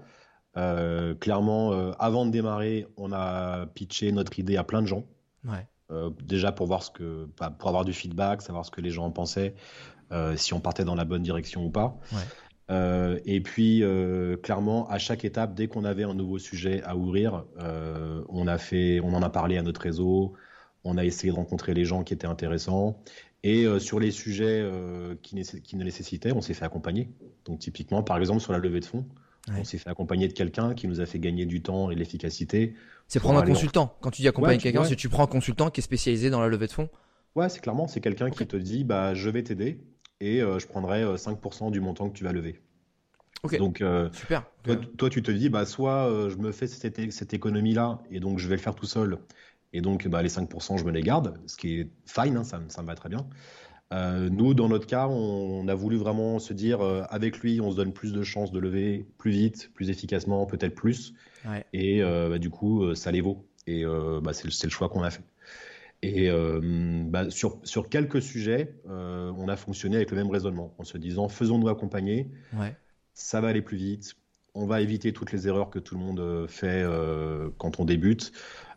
C: Euh, clairement, euh, avant de démarrer, on a pitché notre idée à plein de gens.
A: ouais,
C: Euh, déjà pour voir ce que, bah, pour avoir du feedback, savoir ce que les gens en pensaient, euh, si on partait dans la bonne direction ou pas.
A: ouais,
C: Euh, et puis, euh, clairement, à chaque étape, dès qu'on avait un nouveau sujet à ouvrir, euh, on a fait, on en a parlé à notre réseau, on a essayé de rencontrer les gens qui étaient intéressants. Et euh, sur les sujets euh, qui, nécess- qui ne nécessitaient, on s'est fait accompagner. Donc, typiquement, par exemple, sur la levée de fonds,
A: Ouais.
C: On s'est fait accompagner de quelqu'un qui nous a fait gagner du temps et de l'efficacité.
A: C'est
C: pour
A: prendre un
C: aller en-
A: consultant. Quand tu dis accompagner
C: Ouais, tu-
A: quelqu'un,
C: ouais.
A: c'est que tu prends un consultant qui est spécialisé dans la levée de fonds.
C: Ouais, c'est clairement, c'est quelqu'un
A: Ok.
C: qui te dit, bah, je vais t'aider et euh, je prendrai euh, cinq pour cent du montant que tu vas lever.
A: Ok.
C: Donc, euh,
A: Super.
C: toi,
A: Ok.
C: toi, tu te dis, bah, soit euh, je me fais cette, é- cette économie-là et donc je vais le faire tout seul. Et donc, bah, les cinq pour cent, je me les garde, ce qui est fine, hein, ça, me- ça me va très bien. Euh, nous, dans notre cas, on, a voulu vraiment se dire, euh, avec lui, on se donne plus de chances de lever plus vite, plus efficacement, peut-être plus.
A: Ouais.
C: Et euh, bah, du coup, euh, ça les vaut. Et euh, bah, c'est le c'est le choix qu'on a fait. Et euh, bah, sur, sur quelques sujets, euh, on a fonctionné avec le même raisonnement, en se disant, faisons-nous accompagner,
A: Ouais.
C: ça va aller plus vite, on va éviter toutes les erreurs que tout le monde euh, fait euh, quand on débute.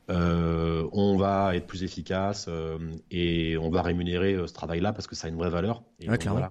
C: Euh, on va être plus efficace euh, et on va rémunérer euh, ce travail-là parce que ça a une vraie valeur. Et
A: Ouais,
C: donc
A: clairement.
C: voilà.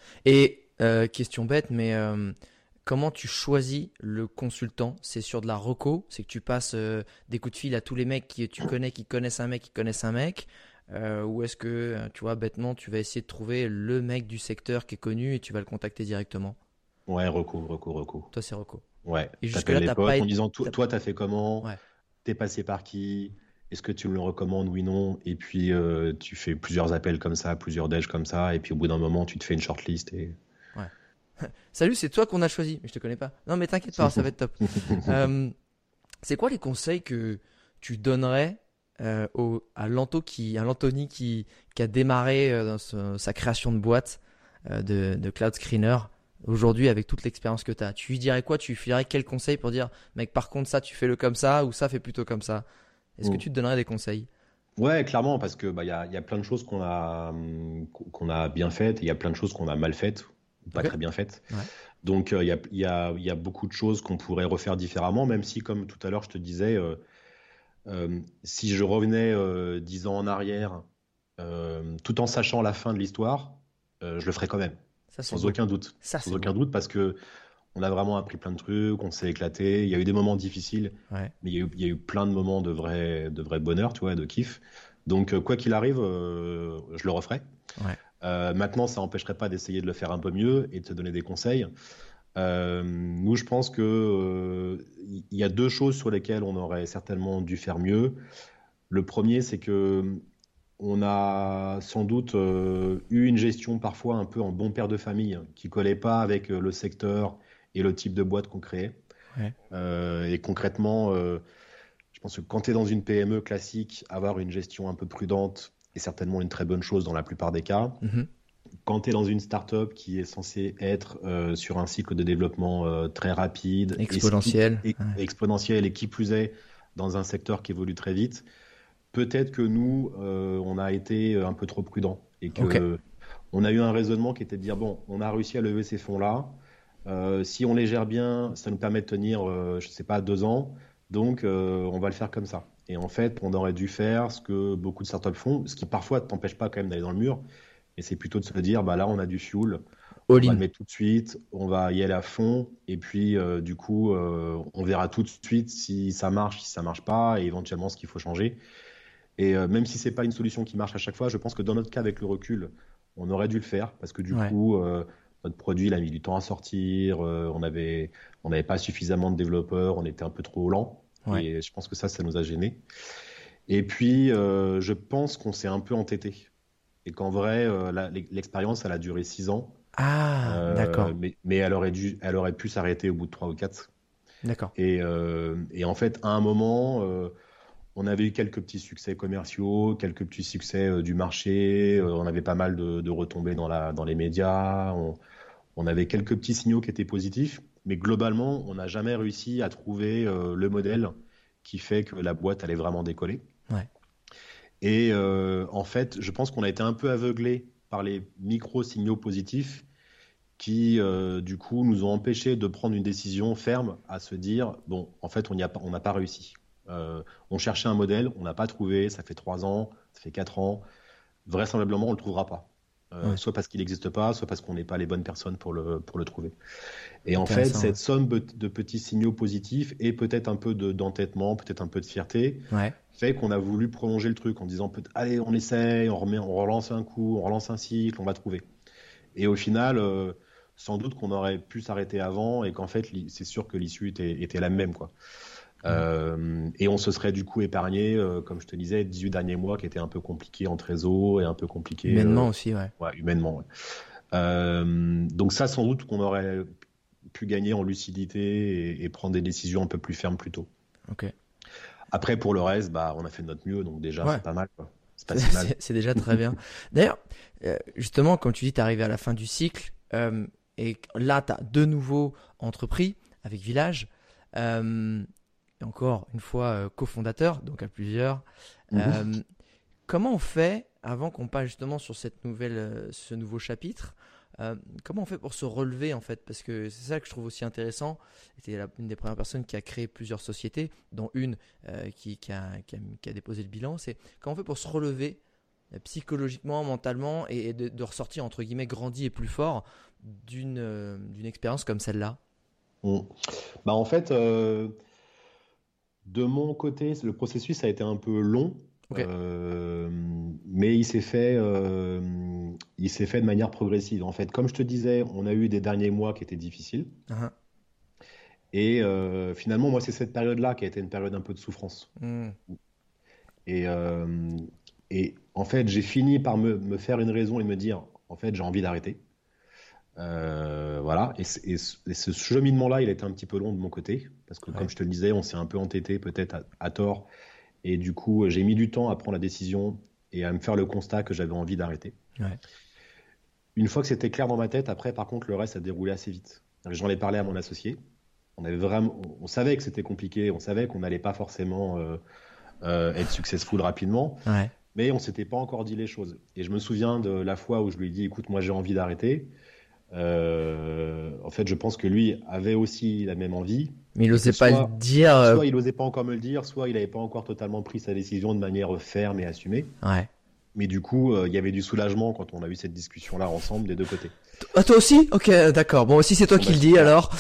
A: Et euh, question bête, mais euh, comment tu choisis le consultant? C'est sur de la reco? C'est que tu passes euh, des coups de fil à tous les mecs que tu connais, qui connaissent un mec, qui connaissent un mec? Euh, ou est-ce que, euh, tu vois, bêtement, tu vas essayer de trouver le mec du secteur qui est connu et tu vas le contacter directement?
C: Ouais, recours, recours, recours.
A: Toi, c'est reco.
C: Ouais,
A: Et
C: t'appelles
A: jusque-là,
C: les
A: t'as pas
C: potes en
A: été.
C: disant, To-
A: t'as-
C: toi, t'as fait comment?
A: Ouais.
C: T'es passé par qui? Est-ce que tu me le recommandes, oui, non? Et puis, euh, tu fais plusieurs appels comme ça, plusieurs déj comme ça, et puis au bout d'un moment, tu te fais une shortlist et...
A: Ouais. Salut, c'est toi qu'on a choisi, mais je te connais pas. Non, mais t'inquiète pas, ça va être top. Euh, c'est quoi les conseils que tu donnerais euh, au, à l'Anto qui, à l'Anthony qui, qui a démarré euh, dans ce- sa création de boîte euh, de, de Cloud Screener aujourd'hui avec toute l'expérience que tu as? Tu lui dirais quoi? Tu lui filerais quel conseil pour dire, mec, par contre, ça, tu fais le comme ça ou ça, fais plutôt comme ça? Est-ce que
C: Mm.
A: tu te donnerais des conseils?
C: Ouais, clairement, parce que bah, il y a, il y a plein de choses qu'on a, hum, qu'on a bien faites, et il y a plein de choses qu'on a mal faites, ou pas
A: Ok.
C: très bien faites.
A: Ouais.
C: Donc, euh, il y a, il y a- il y a beaucoup de choses qu'on pourrait refaire différemment, même si, comme tout à l'heure, je te disais, euh, euh, si je revenais euh, dix ans en arrière, euh, tout en sachant la fin de l'histoire, euh, je le ferais quand même,
A: Ça, c'est
C: sans
A: beau.
C: aucun doute.
A: Ça,
C: Sans
A: c'est beau.
C: aucun doute, parce que on a vraiment appris plein de trucs, on s'est éclaté. Il y a eu des moments difficiles,
A: Ouais.
C: mais il y a eu, il y a eu plein de moments de vrai, de vrai bonheur, tu vois, de kiff. Donc, euh, quoi qu'il arrive, euh, je le referai.
A: Ouais.
C: Euh, maintenant, ça n'empêcherait pas d'essayer de le faire un peu mieux et de te donner des conseils. Euh, nous, je pense que euh, il y a deux choses sur lesquelles on aurait certainement dû faire mieux. Le premier, c'est que on a sans doute euh, eu une gestion parfois un peu en bon père de famille, hein, qui collait pas avec euh, le secteur et le type de boîte qu'on créait.
A: Ouais.
C: Euh, et concrètement, euh, je pense que quand tu es dans une P M E classique, avoir une gestion un peu prudente est certainement une très bonne chose dans la plupart des cas.
A: Mhm.
C: Quand tu es dans une startup qui est censée être euh, sur un cycle de développement euh, très rapide, et,
A: Exponentiel.
C: et-
A: Ouais.
C: exponentiel, et qui plus est dans un secteur qui évolue très vite, peut-être que nous, euh, on a été un peu trop prudent et que
A: Ok.
C: on a eu un raisonnement qui était de dire, bon, on a réussi à lever ces fonds-là. Euh, si on les gère bien, ça nous permet de tenir, euh, je sais pas, deux ans. Donc, euh, on va le faire comme ça. Et en fait, on aurait dû faire ce que beaucoup de startups font, ce qui parfois ne t'empêche pas quand même d'aller dans le mur. Et c'est plutôt de se dire, bah là, on a du fuel, on
A: All
C: va
A: in.
C: le mettre tout de suite, on va y aller à fond. Et puis, euh, du coup, euh, on verra tout de suite si ça marche, si ça marche pas, et éventuellement ce qu'il faut changer. Et euh, même si c'est pas une solution qui marche à chaque fois, je pense que dans notre cas, avec le recul, on aurait dû le faire parce que du
A: Ouais.
C: coup, euh, notre produit, il a mis du temps à sortir, euh, on avait, on n'avait pas suffisamment de développeurs, on était un peu trop lent.
A: Ouais.
C: Et je pense que ça, ça nous a gênés. Et puis, euh, je pense qu'on s'est un peu entêté. Et qu'en vrai, euh, la- l'expérience, elle a duré six ans.
A: Ah,
C: Euh,
A: d'accord.
C: mais, mais elle aurait dû, elle aurait pu s'arrêter au bout de trois ou quatre.
A: D'accord.
C: Et, euh, et en fait, à un moment, euh, on avait eu quelques petits succès commerciaux, quelques petits succès euh, du marché. euh, on avait pas mal de, de retombées dans la, dans les médias. On, on avait quelques petits signaux qui étaient positifs. Mais globalement, on n'a jamais réussi à trouver euh, le modèle qui fait que la boîte allait vraiment décoller.
A: Ouais.
C: Et euh, en fait, je pense qu'on a été un peu aveuglé par les micro-signaux positifs qui, euh, du coup, nous ont empêchés de prendre une décision ferme à se dire, bon, en fait, on n'y a pas, on n'a pas réussi. Euh, on cherchait un modèle, on n'a pas trouvé, ça fait trois ans, ça fait quatre ans. Vraisemblablement, on ne le trouvera pas. Euh,
A: Ouais.
C: soit parce qu'il n'existe pas, soit parce qu'on n'est pas les bonnes personnes pour le, pour le trouver. Et en fait,
A: Intéressant.
C: cette somme de de petits signaux positifs et peut-être un peu de- d'entêtement, peut-être un peu de fierté,
A: Ouais.
C: fait qu'on a voulu prolonger le truc en disant, peut- allez, on essaye, on remet, on relance un coup, on relance un cycle, on va trouver. Et au final, euh, sans doute qu'on aurait pu s'arrêter avant et qu'en fait, c'est sûr que l'issue était, était la même, quoi. Euh, et on se serait du coup épargné, euh, comme je te disais, dix-huit derniers mois qui étaient un peu compliqués en trésor et un peu compliqués
A: humainement
C: euh,
A: aussi, ouais.
C: Ouais, humainement. Ouais. Euh, donc ça, sans doute qu'on aurait pu gagner en lucidité et, et prendre des décisions un peu plus fermes plus tôt.
A: Ok.
C: Après, pour le reste, bah, on a fait de notre mieux, donc déjà,
A: Ouais.
C: c'est pas mal, quoi. C'est pas si mal.
A: C'est, c'est déjà très bien. D'ailleurs, euh, justement, comme tu dis, tu es arrivé à la fin du cycle euh, et là, tu as de nouveau entrepris avec Village. Euh, et encore une fois, euh, cofondateur, donc à plusieurs.
C: Mhm.
A: Euh, comment on fait, avant qu'on passe justement sur cette nouvelle, euh, ce nouveau chapitre, euh, comment on fait pour se relever en fait? Parce que c'est ça que je trouve aussi intéressant. Tu es une des premières personnes qui a créé plusieurs sociétés, dont une euh, qui, qui, a, qui, a, qui a déposé le bilan. C'est comment on fait pour se relever euh, psychologiquement, mentalement et, et de, de ressortir entre guillemets grandi et plus fort d'une, euh, d'une expérience comme celle-là?
C: Mhm. Bah, en fait, euh, de mon côté, le processus a été un peu long.
A: Ok.
C: Euh, mais il s'est fait, euh, il s'est fait de manière progressive. En fait, comme je te disais, on a eu des derniers mois qui étaient difficiles.
A: Uh-huh.
C: Et euh, finalement, moi, c'est cette période-là qui a été une période un peu de souffrance.
A: Mm.
C: Et, euh, et en fait, j'ai fini par me, me faire une raison et me dire, en fait, j'ai envie d'arrêter. Euh, voilà. Et, c- et ce et ce cheminement-là, il a été un petit peu long de mon côté. Parce que,
A: Ouais.
C: comme je te le disais, on s'est un peu entêté, peut-être à, à tort. Et du coup, j'ai mis du temps à prendre la décision et à me faire le constat que j'avais envie d'arrêter.
A: Ouais.
C: Une fois que c'était clair dans ma tête, après, par contre, le reste a déroulé assez vite. J'en ai parlé à mon associé. On avait vraiment, on savait que c'était compliqué, on savait qu'on n'allait pas forcément euh, euh, être successful rapidement,
A: Ouais.
C: mais on s'était pas encore dit les choses. Et je me souviens de la fois où je lui ai dit, écoute, moi j'ai envie d'arrêter. Euh, en fait, je pense que lui avait aussi la même envie,
A: Mais il
C: et que
A: n'osait pas le
C: soit,
A: dire. euh,
C: soit il n'osait pas encore me le dire, soit il n'avait pas encore totalement pris sa décision de manière ferme et assumée.
A: Ouais.
C: Mais du coup, euh, il y avait du soulagement quand on a eu cette discussion-là ensemble des deux côtés.
A: Ah, toi aussi? Ok, d'accord. Bon, si c'est toi
C: Bon,
A: qui
C: bah,
A: le dis
C: super.
A: alors.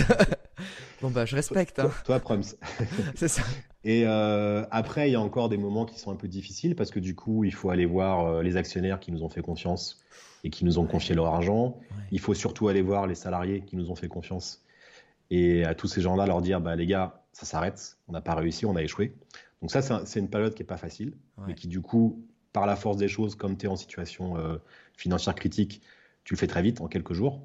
A: Bon, bah, je respecte. Hein.
C: Toi, toi, Prums.
A: C'est ça.
C: Et euh, après, il y a encore des moments qui sont un peu difficiles parce que du coup, il faut aller voir euh, les actionnaires qui nous ont fait confiance et qui nous ont confié leur argent.
A: Ouais.
C: Il faut surtout aller voir les salariés qui nous ont fait confiance et à tous ces gens-là leur dire, bah les gars, ça s'arrête, on n'a pas réussi, on a échoué. Donc ça, c'est un- c'est une période qui est pas facile,
A: Ouais.
C: mais qui du coup, par la force des choses, comme tu es en situation euh, financière critique, tu le fais très vite, en quelques jours.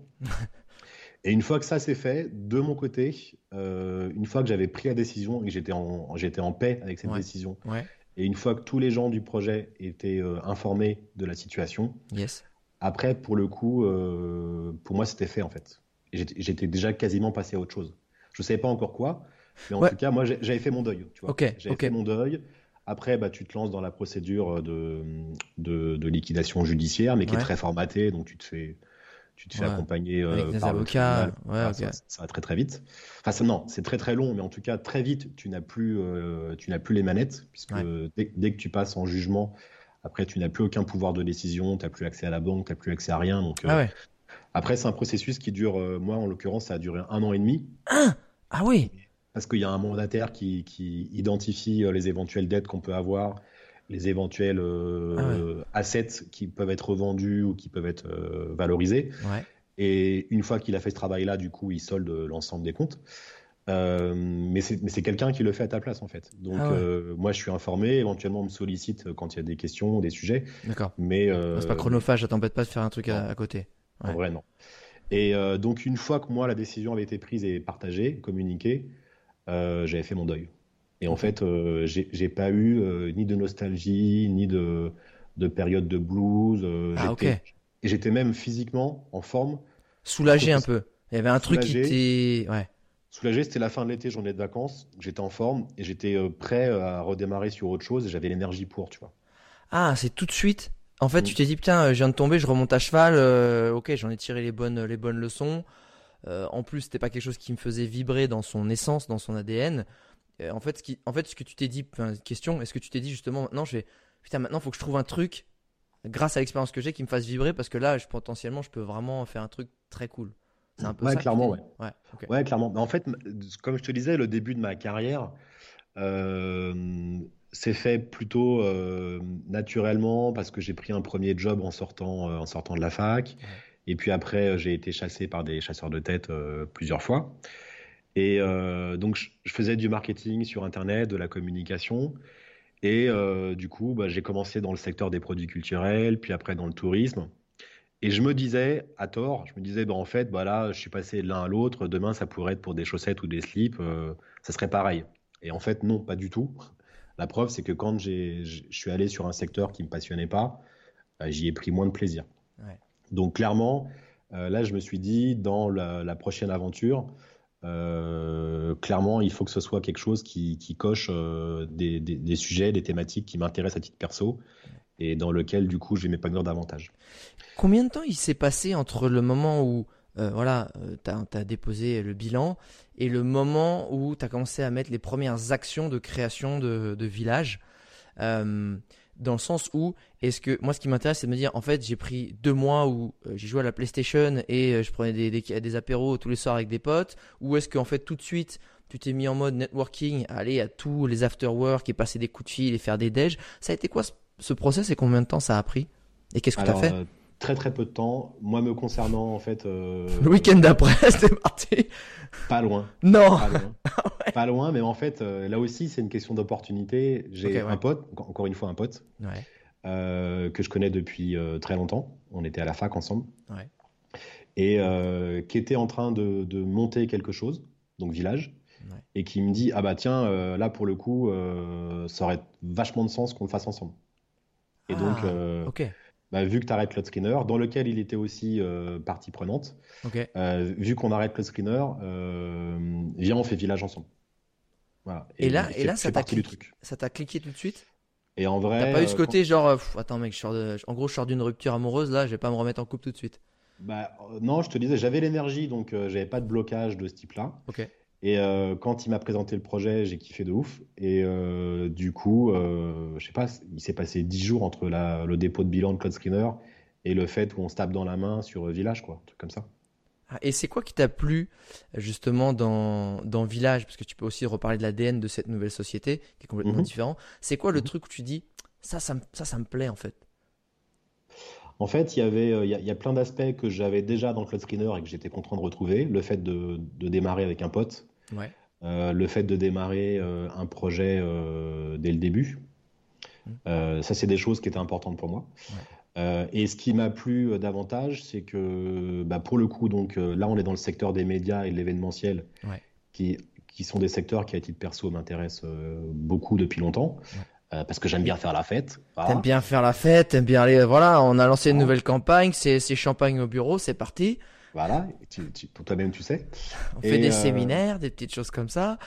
C: Et une fois que ça c'est fait, de mon côté, euh, une fois que j'avais pris la décision et que j'étais en, j'étais en paix avec cette
A: Ouais.
C: décision,
A: Ouais.
C: et une fois que tous les gens du projet étaient euh, informés de la situation,
A: Yes.
C: après, pour le coup, euh, pour moi, c'était fait en fait. Et j'étais j'étais déjà quasiment passé à autre chose. Je ne savais pas encore quoi, mais en
A: Ouais.
C: tout cas, moi, j'ai- j'avais fait mon deuil. Tu vois.
A: Ok.
C: J'avais
A: Ok.
C: fait mon deuil. Après, bah, tu te lances dans la procédure de, de, de liquidation judiciaire, mais qui est
A: Ouais.
C: très formatée, donc tu te fais, tu te fais
A: Ouais.
C: accompagner euh,
A: Avec des
C: par le
A: avocats.
C: tribunal.
A: Ouais.
C: Voilà,
A: Ok.
C: ça, ça va très très vite. Enfin, ça, non, c'est très très long, mais en tout cas, très vite, tu n'as plus, euh, tu n'as plus les manettes, puisque
A: Ouais.
C: dès, dès que tu passes en jugement, après, tu n'as plus aucun pouvoir de décision, tu n'as plus accès à la banque, tu n'as plus accès à rien. Donc,
A: Ah
C: euh,
A: ouais.
C: après, c'est un processus qui dure, euh, moi en l'occurrence, ça a duré un an et demi,
A: Ah. Ah oui.
C: parce qu'il y a un mandataire qui, qui identifie euh, les éventuelles dettes qu'on peut avoir, les éventuels
A: Ah ouais.
C: euh, assets qui peuvent être revendus ou qui peuvent être euh, valorisés.
A: Ouais.
C: Et une fois qu'il a fait ce travail-là, du coup, il solde l'ensemble des comptes. Euh, mais c'est mais c'est quelqu'un qui le fait à ta place, en fait. Donc,
A: Ah ouais.
C: euh, moi, je suis informé, éventuellement, on me sollicite quand il y a des questions, des sujets,
A: D'accord.
C: mais,
A: Ouais, c'est pas
C: euh, mais
A: chronophage. Ça t'embête pas de faire un truc à,
C: non,
A: à côté.
C: en
A: Ouais.
C: vrai, non. Et euh, donc, une fois que moi, la décision avait été prise et partagée, communiquée, euh, j'avais fait mon deuil. Et en
A: Ok.
C: fait, euh, j'ai j'ai pas eu euh, ni de nostalgie, ni de, de période de blues. Euh,
A: Ah ok.
C: j'étais, et j'étais même physiquement en forme pour que
A: Soulagé un peu. Il y avait un truc qui
C: soulagé.
A: t'est. Ouais.
C: Soulagé, c'était la fin de l'été, journée de vacances. J'étais en forme et j'étais euh, prêt à redémarrer sur autre chose et j'avais l'énergie pour, tu vois.
A: Ah, c'est tout de suite. En fait, tu
C: Mm.
A: t'es dit putain, euh, je viens de tomber, je remonte à cheval. euh, ok, j'en ai tiré les bonnes, les bonnes leçons. Euh, en plus, c'était pas quelque chose qui me faisait vibrer dans son essence, dans son A D N. Euh, en fait, ce qui, en fait, ce que tu t'es dit, enfin, question, est-ce que tu t'es dit justement maintenant, je vais, putain, maintenant, faut que je trouve un truc grâce à l'expérience que j'ai qui me fasse vibrer parce que là, je, potentiellement, je peux vraiment faire un truc très cool. C'est un peu
C: Ouais,
A: ça que tu t'es
C: clairement,
A: dit.
C: ouais.
A: Ouais. Ok.
C: Ouais, clairement. Mais en fait, m- comme je te disais, le début de ma carrière euh, s'est fait plutôt euh, naturellement parce que j'ai pris un premier job en sortant, euh, en sortant de la fac.
A: Ouais.
C: Et puis après, j'ai été chassé par des chasseurs de tête euh, plusieurs fois. Et euh, donc, je, je faisais du marketing sur Internet, de la communication. Et euh, du coup, bah, j'ai commencé dans le secteur des produits culturels, puis après dans le tourisme. Et je me disais, à tort, je me disais, bah, en fait, bah, là, je suis passé de l'un à l'autre. Demain, ça pourrait être pour des chaussettes ou des slips. Euh, ça serait pareil. Et en fait, non, pas du tout. La preuve, c'est que quand j'ai, je suis allé sur un secteur qui ne me passionnait pas, bah, j'y ai pris moins de plaisir.
A: Ouais.
C: Donc clairement, euh, là, je me suis dit, dans la, la prochaine aventure, euh, clairement, il faut que ce soit quelque chose qui, qui coche euh, des, des, des sujets, des thématiques qui m'intéressent à titre perso et dans lequel, du coup, je vais m'épanouir davantage.
A: Combien de temps il s'est passé entre le moment où euh, voilà, euh, tu as déposé le bilan et le moment où tu as commencé à mettre les premières actions de création de, de village euh, dans le sens où, est-ce que moi ce qui m'intéresse c'est de me dire en fait j'ai pris deux mois où euh, j'ai joué à la PlayStation et euh, je prenais des, des, des apéros tous les soirs avec des potes, ou est-ce qu'en fait tout de suite tu t'es mis en mode networking, aller à tous les after-work et passer des coups de fil et faire des déj. Ça a été quoi ce, ce process et combien de temps ça a pris et qu'est-ce que tu as fait?
C: Euh, très très peu de temps. Moi, me concernant, en fait, euh,
A: Le week-end d'après c'était parti.
C: pas loin.
A: Non.
C: Pas loin. Ouais. Pas loin, mais en fait, euh, là aussi, c'est une question d'opportunité. J'ai
A: okay, ouais.
C: un pote, encore une fois un pote,
A: ouais.
C: euh, que je connais depuis euh, très longtemps. On était à la fac ensemble.
A: Ouais.
C: Et euh, qui était en train de, de monter quelque chose, donc village, ouais. Et qui me dit, ah bah tiens, euh, là pour le coup, euh, ça aurait vachement de sens qu'on le fasse ensemble. Et
A: ah,
C: donc, euh,
A: okay.
C: bah, vu que tu arrêtes Cloud Screener, dans lequel il était aussi euh, partie prenante,
A: okay.
C: euh, vu qu'on arrête Cloud Screener, euh, viens, on fait village ensemble. Voilà.
A: Et, et là, et là ça t'a cliqué,
C: ça
A: cliqué tout de suite?
C: Et en vrai,
A: t'as pas eu ce côté
C: quand...
A: genre, pff, attends mec, je sors de, en gros je sors d'une rupture amoureuse, là je vais pas me remettre en couple tout de suite?
C: Bah, euh, non, je te disais, j'avais l'énergie, donc euh, j'avais pas de blocage de ce type-là.
A: Okay.
C: Et euh, quand il m'a présenté le projet, j'ai kiffé de ouf. Et euh, du coup, euh, je sais pas, il s'est passé dix jours entre la, le dépôt de bilan de Cloud Screener et le fait où on se tape dans la main sur Village, quoi, un truc comme ça.
A: Ah, et c'est quoi qui t'a plu justement dans, dans Village? Parce que tu peux aussi reparler de l'A D N de cette nouvelle société qui est complètement mm-hmm. différent. C'est quoi le mm-hmm. truc où tu dis, ça, ça, ça, ça me plaît en fait?
C: En fait, il y avait, il y a, il y a plein d'aspects que j'avais déjà dans Cloud Screener et que j'étais content de retrouver. Le fait de, de démarrer avec un pote,
A: ouais.
C: euh, le fait de démarrer euh, un projet euh, dès le début. Mmh. Euh, ça, c'est des choses qui étaient importantes pour moi. Ouais. Euh, et ce qui m'a plu davantage, c'est que, bah, pour le coup, donc euh, là, on est dans le secteur des médias et de l'événementiel,
A: ouais.
C: qui, qui sont des secteurs qui, à titre perso, m'intéressent euh, beaucoup depuis longtemps. Ouais. Euh, parce que j'aime bien faire la fête.
A: Voilà. T'aimes bien faire la fête, t'aimes bien aller. Voilà, on a lancé une nouvelle campagne, c'est, c'est champagne au bureau, c'est parti.
C: Voilà, tu, tu, toi-même tu sais.
A: On et fait des euh... séminaires, des petites choses comme ça.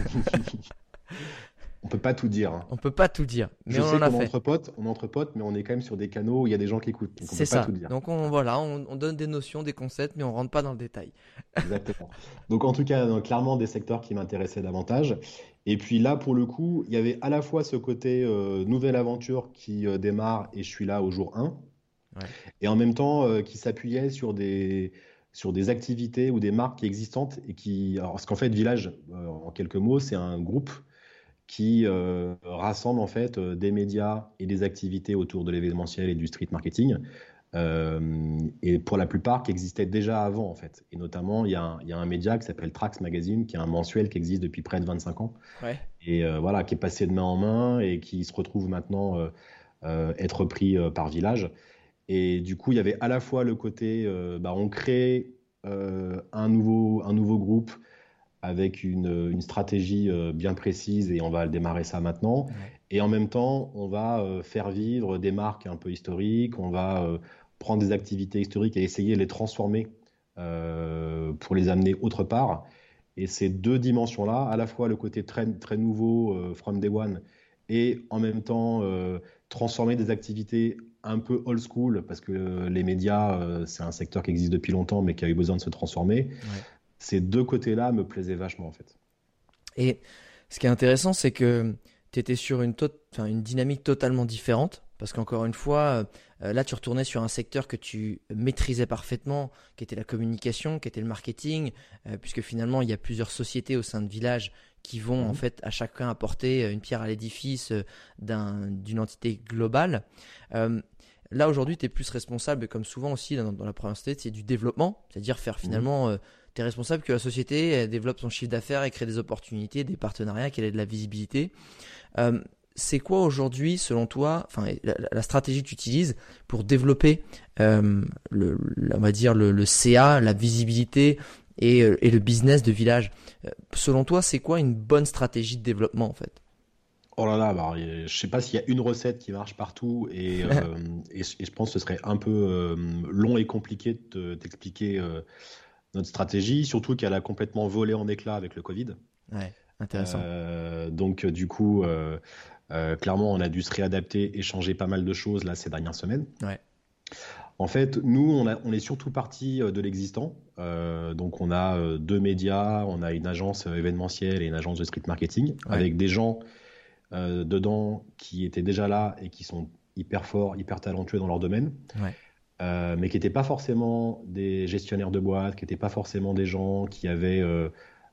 C: On peut pas tout dire. Hein.
A: On peut pas tout dire, mais
C: Je
A: on
C: sais
A: en a
C: qu'on
A: fait.
C: Entre potes, on entre potes, mais on est quand même sur des canaux où il y a des gens qui écoutent. Donc on
A: c'est
C: peut
A: ça.
C: Pas tout dire.
A: Donc on voilà, on, on donne des notions, des concepts, mais on rentre pas dans le détail.
C: Exactement. Donc en tout cas, donc, clairement des secteurs qui m'intéressaient davantage. Et puis là, pour le coup, il y avait à la fois ce côté euh, nouvelle aventure qui euh, démarre et je suis là au jour un,
A: ouais.
C: et en même temps euh, qui s'appuyait sur des, sur des activités ou des marques existantes et qui, alors, parce qu'en fait, Village, euh, en quelques mots, c'est un groupe qui euh, rassemble en fait euh, des médias et des activités autour de l'événementiel et du street marketing. Euh, et pour la plupart qui existaient déjà avant en fait. Et notamment, il y, y a un média qui s'appelle Trax Magazine, qui est un mensuel qui existe depuis près de vingt-cinq ans,
A: ouais.
C: et euh, voilà, qui est passé de main en main et qui se retrouve maintenant euh, euh, être pris euh, par Village. Et du coup, il y avait à la fois le côté, euh, bah, on crée euh, un, nouveau, un nouveau groupe avec une, une stratégie euh, bien précise et on va démarrer ça maintenant. Ouais. Et en même temps, on va euh, faire vivre des marques un peu historiques, on va euh, prendre des activités historiques et essayer de les transformer euh, pour les amener autre part. Et ces deux dimensions-là, à la fois le côté très, très nouveau, euh, from day one, et en même temps euh, transformer des activités un peu old school, parce que euh, les médias, euh, c'est un secteur qui existe depuis longtemps, mais qui a eu besoin de se transformer. Ouais. Ces deux côtés-là me plaisaient vachement, en fait.
A: Et ce qui est intéressant, c'est que tu étais sur une, to- une dynamique totalement différente. Parce qu'encore une fois, euh, là, tu retournais sur un secteur que tu maîtrisais parfaitement, qui était la communication, qui était le marketing, euh, puisque finalement, il y a plusieurs sociétés au sein de Village qui vont, mmh. en fait, à chacun apporter une pierre à l'édifice d'un, d'une entité globale. Euh, Là, aujourd'hui, tu es plus responsable, comme souvent aussi dans, dans la première société, c'est du développement, c'est-à-dire faire finalement, mmh. euh, tu es responsable que la société elle développe son chiffre d'affaires et crée des opportunités, des partenariats, qu'elle ait de la visibilité. Euh, c'est quoi aujourd'hui, selon toi, enfin, la, la stratégie que tu utilises pour développer, euh, le, le, on va dire, le, le C A, la visibilité et, et le business de Village? euh, Selon toi, c'est quoi une bonne stratégie de développement en fait?
C: Oh là là, bah, je sais pas s'il y a une recette qui marche partout et, euh, et, et je pense que ce serait un peu euh, long et compliqué de te- t'expliquer euh, notre stratégie, surtout qu'elle a complètement volé en éclats avec le Covid.
A: Ouais, intéressant.
C: Euh, donc euh, du coup, euh, euh, clairement, on a dû se réadapter et changer pas mal de choses là ces dernières semaines.
A: Ouais,
C: En fait, nous, on, a- on est surtout parti euh, de l'existant. Euh, donc on a euh, deux médias, on a une agence euh, événementielle et une agence de street marketing
A: ouais,
C: avec des gens euh, dedans qui étaient déjà là et qui sont hyper forts, hyper talentueux dans leur domaine,
A: ouais,
C: euh, mais qui n'étaient pas forcément des gestionnaires de boîtes, qui n'étaient pas forcément des gens qui avaient euh,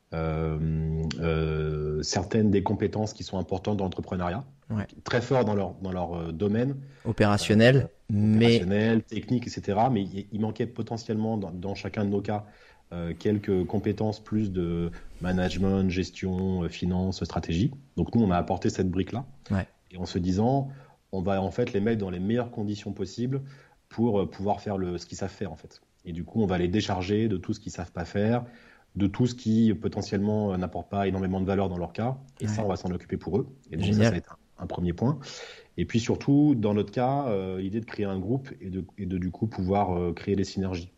C: euh, euh, certaines des compétences qui sont importantes dans l'entrepreneuriat,
A: ouais.
C: très forts dans leur, dans leur euh, domaine,
A: Opérationnel, mais
C: opérationnel, technique, et cetera. Mais il, il manquait potentiellement dans, dans chacun de nos cas euh, quelques compétences plus de management, gestion, euh, finance, stratégie. Donc nous, on a apporté cette brique-là.
A: ouais,
C: Et en se disant, on va en fait les mettre dans les meilleures conditions possibles pour euh, pouvoir faire le, ce qu'ils savent faire en fait. Et du coup, on va les décharger de tout ce qu'ils savent pas faire, de tout ce qui potentiellement euh, n'apporte pas énormément de valeur dans leur cas. Et
A: ouais.
C: ça, on va s'en occuper pour eux. Et donc ça,
A: Génial.
C: ça va être un, un premier point. Et puis surtout, dans notre cas, euh, l'idée de créer un groupe et de, et de du coup pouvoir euh, créer des synergies.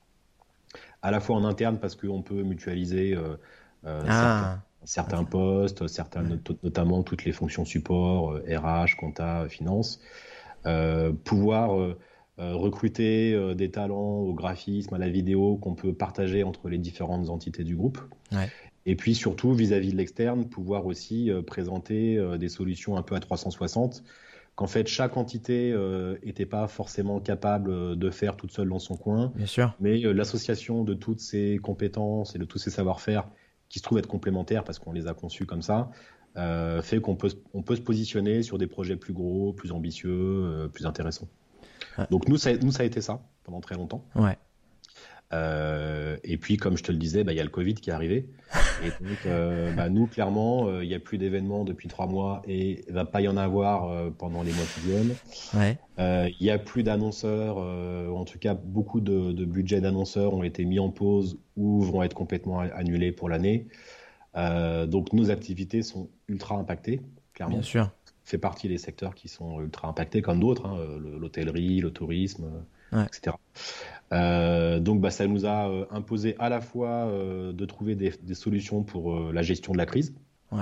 C: À la fois en interne parce qu'on peut mutualiser euh, euh, certains,
A: Ah,
C: certains
A: ok.
C: postes, certains,
A: Ouais,
C: not- notamment toutes les fonctions support, euh, R H, compta, finance. Euh, pouvoir euh, euh, recruter euh, des talents au graphisme, à la vidéo qu'on peut partager entre les différentes entités du groupe.
A: ouais,
C: Et puis surtout, vis-à-vis de l'externe, pouvoir aussi euh, présenter euh, des solutions un peu à trois cent soixante, qu'en fait chaque entité n'était pas forcément capable euh, de faire toute seule dans son coin,
A: bien sûr.
C: mais euh, l'association de toutes ces compétences et de tous ces savoir-faire qui se trouvent être complémentaires parce qu'on les a conçus comme ça, euh, fait qu'on peut, on peut se positionner sur des projets plus gros, plus ambitieux, euh, plus intéressants.
A: Ouais,
C: Donc nous ça, nous, ça a été ça pendant très longtemps.
A: ouais.
C: Euh, et puis, comme je te le disais, bah, il y a le Covid qui est arrivé. Et donc, euh, bah, nous, clairement, euh, il n'y a plus d'événements depuis trois mois et il ne va pas y en avoir euh, pendant les mois qui viennent.
A: Ouais,
C: Euh, Il n'y a plus d'annonceurs, euh, en tout cas, beaucoup de, de budgets d'annonceurs ont été mis en pause ou vont être complètement annulés pour l'année. Euh, donc, nos activités sont ultra impactées,
A: bien
C: clairement.
A: sûr.
C: Fait partie des secteurs qui sont ultra impactés, comme d'autres, hein, l'hôtellerie, le tourisme,
A: Ouais,
C: et cetera. Euh, donc bah, ça nous a euh, imposé à la fois euh, de trouver des, des solutions pour euh, la gestion de la crise.
A: ouais,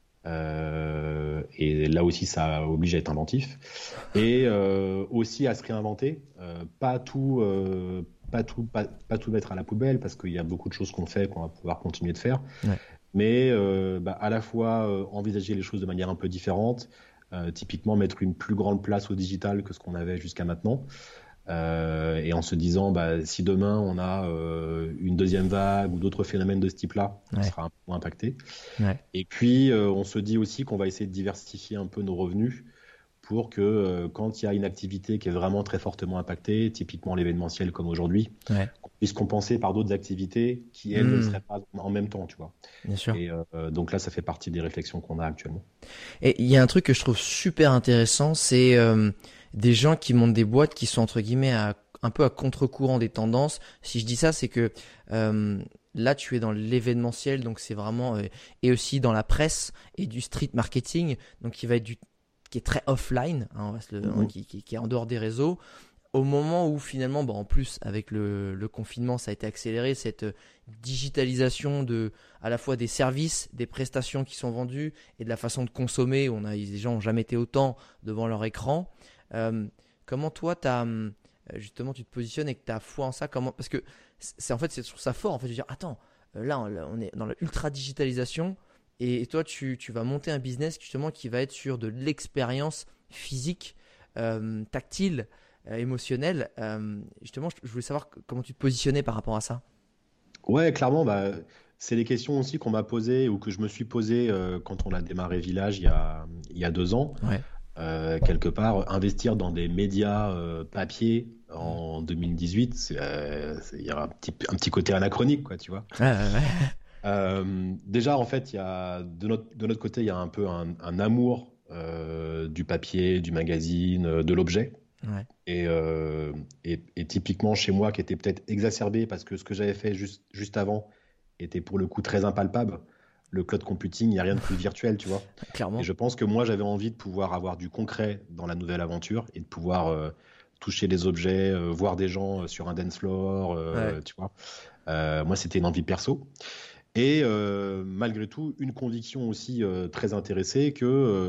C: Euh, et là aussi, ça oblige à être inventif. Et euh, aussi à se réinventer. Euh, pas tout, euh, pas tout, pas, pas tout mettre à la poubelle parce qu'il y a beaucoup de choses qu'on fait qu'on va pouvoir continuer de faire.
A: ouais.
C: Mais euh, bah, à la fois euh, envisager les choses de manière un peu différente. Euh, typiquement mettre une plus grande place au digital que ce qu'on avait jusqu'à maintenant. Euh, et en se disant, bah, si demain on a euh, une deuxième vague ou d'autres phénomènes de ce type-là, on
A: Ouais,
C: sera un peu moins impacté.
A: ouais.
C: Et puis, euh, on se dit aussi qu'on va essayer de diversifier un peu nos revenus pour que euh, quand il y a une activité qui est vraiment très fortement impactée, typiquement l'événementiel comme aujourd'hui,
A: Ouais,
C: qu'on puisse compenser par d'autres activités qui, elles, ne le
A: hmm,
C: seraient pas en même temps, tu vois.
A: bien sûr.
C: Et euh, donc là, ça fait partie des réflexions qu'on a actuellement.
A: Et il y a un truc que je trouve super intéressant, c'est euh, des gens qui montent des boîtes qui sont entre guillemets à, un peu à contre-courant des tendances. Si je dis ça, c'est que euh, là, tu es dans l'événementiel, donc c'est vraiment euh, et aussi dans la presse et du street marketing, donc qui va être du qui est très offline, hein, on va se le- hein,
C: Mhm.
A: qui, qui, qui est en dehors des réseaux. Au moment où finalement, bon, en plus avec le, le confinement, ça a été accéléré, cette euh, digitalisation de à la fois des services, des prestations qui sont vendues et de la façon de consommer. Où on a, les gens n'ont jamais été autant devant leur écran. Euh, comment toi, t'as, hum, justement, tu te positionnes et que tu as foi en ça comment, parce que c'est en fait, c'est, je trouve ça fort en fait de dire, attends, euh, là, on, on est dans la ultra digitalisation et, et toi, tu, tu vas monter un business justement qui va être sur de l'expérience physique, euh, tactile, euh, émotionnelle. Euh, justement, je, je voulais savoir c- comment tu te positionnais par rapport à ça.
C: Ouais, clairement, bah, c'est des questions aussi qu'on m'a posées ou que je me suis posées euh, quand on a démarré Village il y a, il y a deux ans.
A: Ouais,
C: Euh, quelque part, investir dans des médias euh, papier en deux mille dix-huit, il euh, y a un petit, un petit côté anachronique, quoi, tu vois.
A: Ouais, ouais, ouais.
C: Euh, déjà, en fait, il y a, de, notre, de notre côté, il y a un peu un, un amour euh, du papier, du magazine, euh, de l'objet.
A: Ouais.
C: Et, euh, et, et typiquement chez moi, qui était peut-être exacerbé parce que ce que j'avais fait juste, juste avant était pour le coup très impalpable. Le cloud computing, il n'y a rien de plus virtuel, tu vois. Et
A: Clairement.
C: je pense que moi, j'avais envie de pouvoir avoir du concret dans la nouvelle aventure et de pouvoir euh, toucher des objets, euh, voir des gens euh, sur un dance floor,
A: Ouais.
C: euh, tu vois. Euh, moi, c'était une envie perso. Et euh, malgré tout, une conviction aussi euh, très intéressée que euh,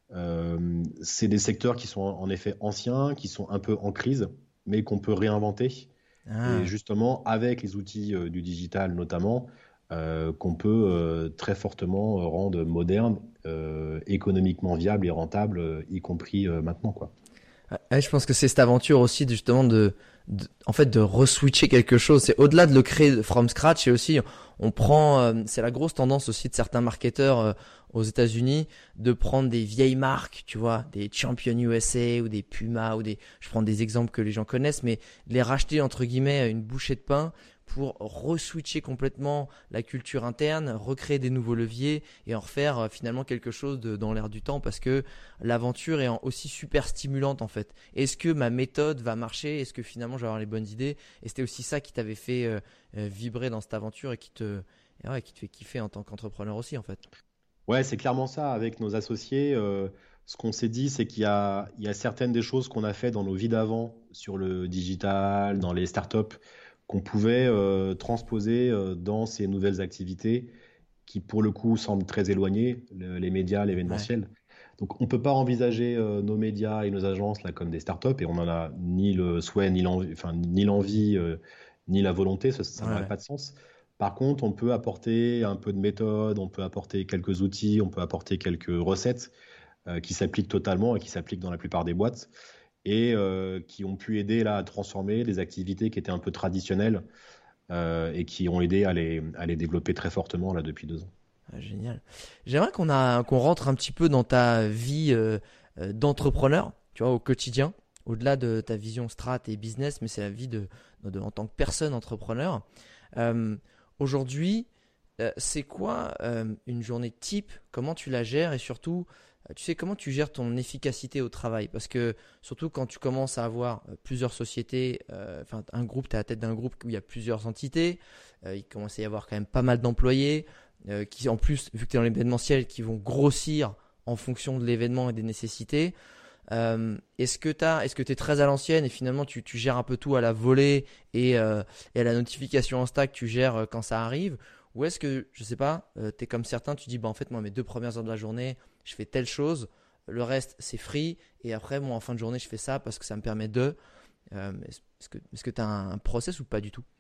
C: euh, c'est des secteurs qui sont en effet anciens, qui sont un peu en crise, mais qu'on peut réinventer. Et
A: Ah.
C: justement, avec les outils euh, du digital notamment, euh, qu'on peut euh, très fortement euh, rendre moderne, euh, économiquement viable et rentable, euh, y compris euh, maintenant, quoi.
A: Ouais, je pense que c'est cette aventure aussi de, justement de, de en fait de reswitcher quelque chose. C'est au-delà de le créer from scratch et aussi on prend euh, c'est la grosse tendance aussi de certains marketeurs euh, aux États-Unis de prendre des vieilles marques, tu vois, des Champion U S A ou des Puma ou des je prends des exemples que les gens connaissent mais de les racheter entre guillemets à une bouchée de pain pour reswitcher complètement la culture interne, recréer des nouveaux leviers et en refaire euh, finalement quelque chose de, dans l'air du temps parce que l'aventure est en- aussi super stimulante en fait. Est-ce que ma méthode va marcher? Est-ce que finalement je vais avoir les bonnes idées? Et c'était aussi ça qui t'avait fait euh, euh, vibrer dans cette aventure et qui te, et ouais, qui te fait kiffer en tant qu'entrepreneur aussi en fait.
C: Ouais, c'est clairement ça. Avec nos associés, euh, ce qu'on s'est dit, c'est qu'il y a, il y a certaines des choses qu'on a fait dans nos vies d'avant, sur le digital, dans les startups, qu'on pouvait euh, transposer euh, dans ces nouvelles activités qui, pour le coup, semblent très éloignées, le- les médias,
A: Ouais,
C: l'événementiel. Donc, on ne peut pas envisager euh, nos médias et nos agences là comme des startups, et on n'en a ni le souhait, ni l'envie, enfin, ni l'envie, euh, ni la volonté, ça, ça
A: ouais,
C: n'aurait
A: ouais.
C: pas de sens. Par contre, on peut apporter un peu de méthode, on peut apporter quelques outils, on peut apporter quelques recettes euh, qui s'appliquent totalement et qui s'appliquent dans la plupart des boîtes et euh, qui ont pu aider là à transformer des activités qui étaient un peu traditionnelles euh, et qui ont aidé à les, à les développer très fortement là depuis deux ans.
A: Ah, génial. J'aimerais qu'on a qu'on rentre un petit peu dans ta vie euh, euh, d'entrepreneur, tu vois, au quotidien, au-delà de ta vision strat et business, mais c'est la vie de, de- en tant que personne entrepreneur. Euh, Aujourd'hui, euh, c'est quoi euh, une journée type? Comment tu la gères et surtout, euh, tu sais, comment tu gères ton efficacité au travail? Parce que surtout quand tu commences à avoir euh, plusieurs sociétés, euh, enfin un groupe, tu es à la tête d'un groupe où il y a plusieurs entités, euh, il commence à y avoir quand même pas mal d'employés euh, qui en plus, vu que tu es dans l'événementiel, qui vont grossir en fonction de l'événement et des nécessités. Euh, est-ce que t'as, est-ce que tu es très à l'ancienne et finalement tu, tu gères un peu tout à la volée et, euh, et à la notification Insta que tu gères euh, quand ça arrive? Ou est-ce que, je sais pas, euh, tu es comme certains, tu dis, bah, en fait, moi, mes deux premières heures de la journée, je fais telle chose, le reste, c'est free, et après, moi, en fin de journée, je fais ça parce que ça me permet de. Euh, est-ce que est-ce que tu as un, un process ou pas du tout?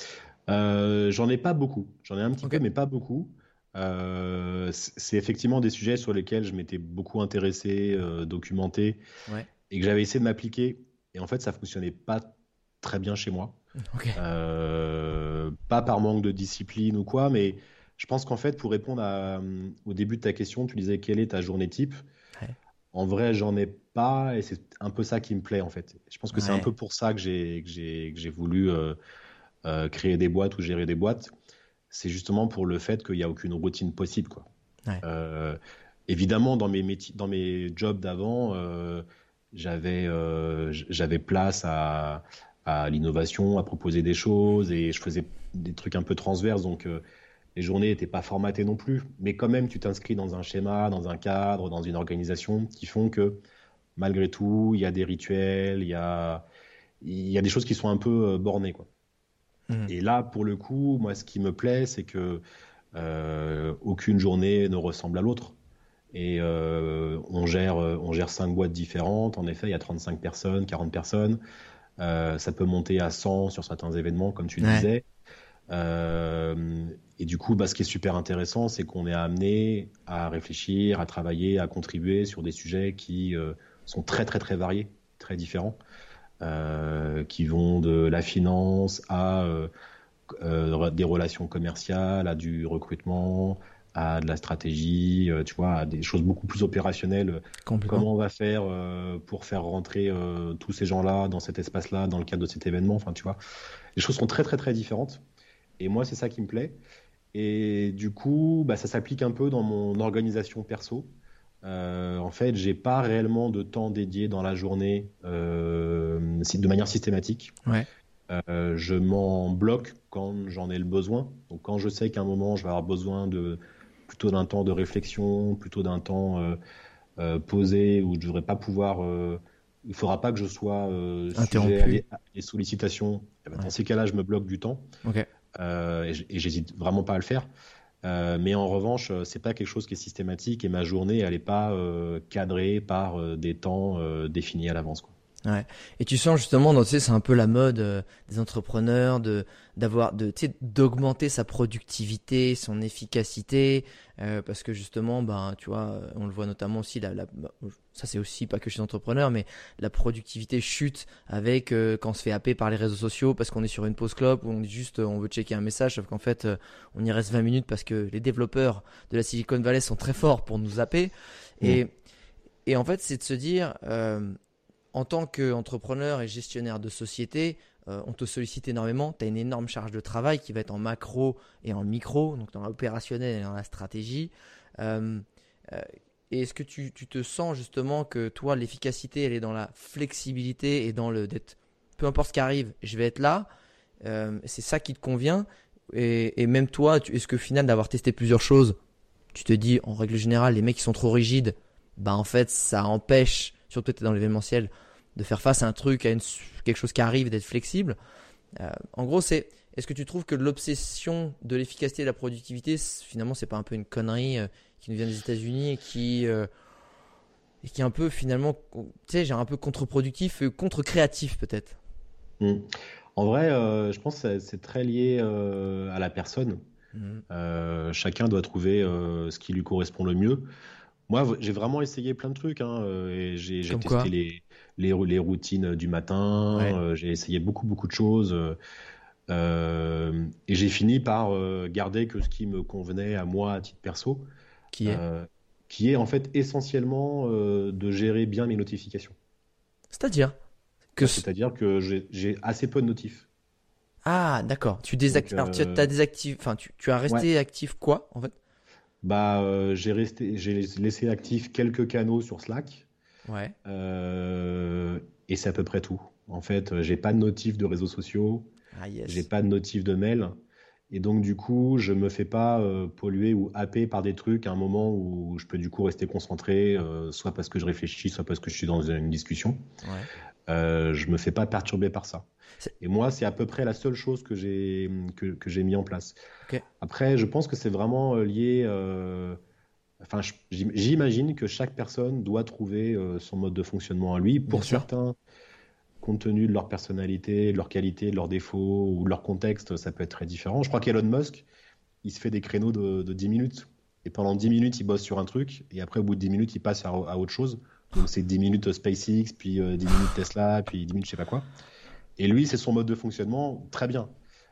C: Euh, j'en ai pas beaucoup, j'en ai un petit
A: Ok.
C: peu, mais pas beaucoup. Euh, c- c'est effectivement des sujets sur lesquels je m'étais beaucoup intéressé, euh, documenté,
A: Ouais.
C: et que j'avais essayé de m'appliquer. Et en fait, ça fonctionnait pas très bien chez moi.
A: Ok.
C: Euh, pas par manque de discipline ou quoi, mais je pense qu'en fait, pour répondre à, euh, au début de ta question, tu disais quelle est ta journée type.
A: Ouais.
C: En vrai, j'en ai pas, et c'est un peu ça qui me plaît en fait. Je pense que c'est un peu
A: Ouais.
C: pour ça que j'ai que j'ai que j'ai voulu euh, euh, créer des boîtes ou gérer des boîtes. C'est justement pour le fait qu'il n'y a aucune routine possible, quoi.
A: Ouais.
C: Euh, Évidemment, dans mes métiers, dans mes jobs d'avant, euh, j'avais euh, j- j'avais place à, à l'innovation, à proposer des choses, et je faisais des trucs un peu transverses, donc euh, les journées n'étaient pas formatées non plus. Mais quand même, tu t'inscris dans un schéma, dans un cadre, dans une organisation qui font que malgré tout, il y a des rituels, il y a, il y a des choses qui sont un peu euh, bornées, quoi.
A: Mhm.
C: Et là, pour le coup, moi, ce qui me plaît, c'est que euh, aucune journée ne ressemble à l'autre. Et euh, on gère, euh, on gère cinq boîtes différentes. En effet, il y a trente-cinq personnes, quarante personnes. Euh, ça peut monter à cent sur certains événements, comme tu le
A: Ouais.
C: disais. Euh, et du coup, bah, ce qui est super intéressant, c'est qu'on est amené à réfléchir, à travailler, à contribuer sur des sujets qui euh, sont très, très, très variés, très différents, euh, qui vont de la finance à euh, euh, des relations commerciales, à du recrutement, à de la stratégie, euh, tu vois, à des choses beaucoup plus opérationnelles. Comment on va faire euh, pour faire rentrer euh, tous ces gens-là dans cet espace-là, dans le cadre de cet événement. Enfin, tu vois, les choses sont très, très, très différentes. Et moi, c'est ça qui me plaît. Et du coup, bah, ça s'applique un peu dans mon organisation perso. Euh, en fait, j'ai pas réellement de temps dédié dans la journée euh, de manière systématique.
A: Ouais.
C: Euh, je m'en bloque quand j'en ai le besoin. Donc, quand je sais qu'à un moment, je vais avoir besoin de plutôt d'un temps de réflexion, plutôt d'un temps euh, euh, posé où je ne devrais pas pouvoir. Euh, il ne faudra pas que je sois euh, sujet à des, à des sollicitations. Et ben, ouais. Dans ces cas-là, je me bloque du temps.
A: Okay.
C: Euh, et, et j'hésite vraiment pas à le faire. Euh, mais en revanche, c'est pas quelque chose qui est systématique et ma journée, elle est pas euh, cadrée par euh, des temps euh, définis à l'avance, quoi.
A: Ouais. Et tu sens justement, tu sais, c'est un peu la mode euh, des entrepreneurs de d'avoir, de, tu sais, d'augmenter sa productivité, son efficacité, euh, parce que justement, ben, tu vois, on le voit notamment aussi, la, la, ça c'est aussi pas que chez les entrepreneurs, mais la productivité chute avec euh, quand on se fait happer par les réseaux sociaux parce qu'on est sur une pause clope ou on est juste, on veut checker un message, sauf qu'en fait, euh, on y reste vingt minutes parce que les développeurs de la Silicon Valley sont très forts pour nous happer. Mmh. Et et en fait, c'est de se dire euh, en tant qu'entrepreneur et gestionnaire de société, euh, on te sollicite énormément. Tu as une énorme charge de travail qui va être en macro et en micro, donc dans l'opérationnel et dans la stratégie. Euh, euh, et est-ce que tu, tu te sens justement que toi, l'efficacité, elle est dans la flexibilité et dans le d'être, peu importe ce qui arrive, je vais être là. Euh, c'est ça qui te convient. Et, et même toi, tu, est-ce que au final, d'avoir testé plusieurs choses, tu te dis, en règle générale, les mecs qui sont trop rigides, bah en fait, ça empêche, surtout tu es dans l'événementiel, de faire face à un truc, à une, quelque chose qui arrive, d'être flexible. Euh, en gros, c'est, est-ce que tu trouves que l'obsession de l'efficacité et de la productivité, finalement, c'est pas un peu une connerie euh, qui nous vient des États-Unis et qui, euh, et qui est un peu finalement, tu sais, genre un peu contre-productif, euh, contre-créatif peut-être.
C: Mmh. En vrai, euh, je pense que c'est très lié euh, à la personne. Mmh. Euh, chacun doit trouver euh, ce qui lui correspond le mieux. Moi, j'ai vraiment essayé plein de trucs. Hein, et j'ai j'ai testé les, les, les routines du matin. Ouais. Euh, j'ai essayé beaucoup, beaucoup de choses. Euh, et j'ai fini par euh, garder que ce qui me convenait à moi à titre perso.
A: Qui est
C: euh, Qui est en fait essentiellement euh, de gérer bien mes notifications.
A: C'est-à-dire que
C: C'est-à-dire que j'ai, j'ai assez peu de notifs.
A: Ah, d'accord. Tu désactives. Euh... Alors, tu as désactivé. Enfin, tu, tu as resté ouais. actif quoi, en fait?
C: Bah, euh, j'ai resté, j'ai laissé actif quelques canaux sur Slack.
A: Ouais.
C: Euh, et c'est à peu près tout. En fait, j'ai pas de notifs de réseaux sociaux.
A: Ah, yes.
C: J'ai pas de notifs de mail. Et donc, du coup, je me fais pas euh, polluer ou happer par des trucs à un moment où je peux du coup rester concentré, euh, soit parce que je réfléchis, soit parce que je suis dans une discussion.
A: Ouais.
C: Euh, je me fais pas perturber par ça. C'est... Et moi, c'est à peu près la seule chose que j'ai que, que j'ai mis en place.
A: Okay.
C: Après, je pense que c'est vraiment lié. Euh... Enfin, j'imagine que chaque personne doit trouver euh, son mode de fonctionnement à lui. Pour
A: Bien
C: certains,
A: sûr.
C: Compte tenu de leur personnalité, de leur qualité, de leurs défauts ou de leur contexte, ça peut être très différent. Je crois qu'Elon Musk, il se fait des créneaux de, de dix minutes. Et pendant dix minutes, il bosse sur un truc. Et après, au bout de dix minutes, il passe à, à autre chose. Donc, c'est dix minutes SpaceX, puis euh, dix minutes Tesla, puis dix minutes je sais pas quoi. Et lui, c'est son mode de fonctionnement, très bien.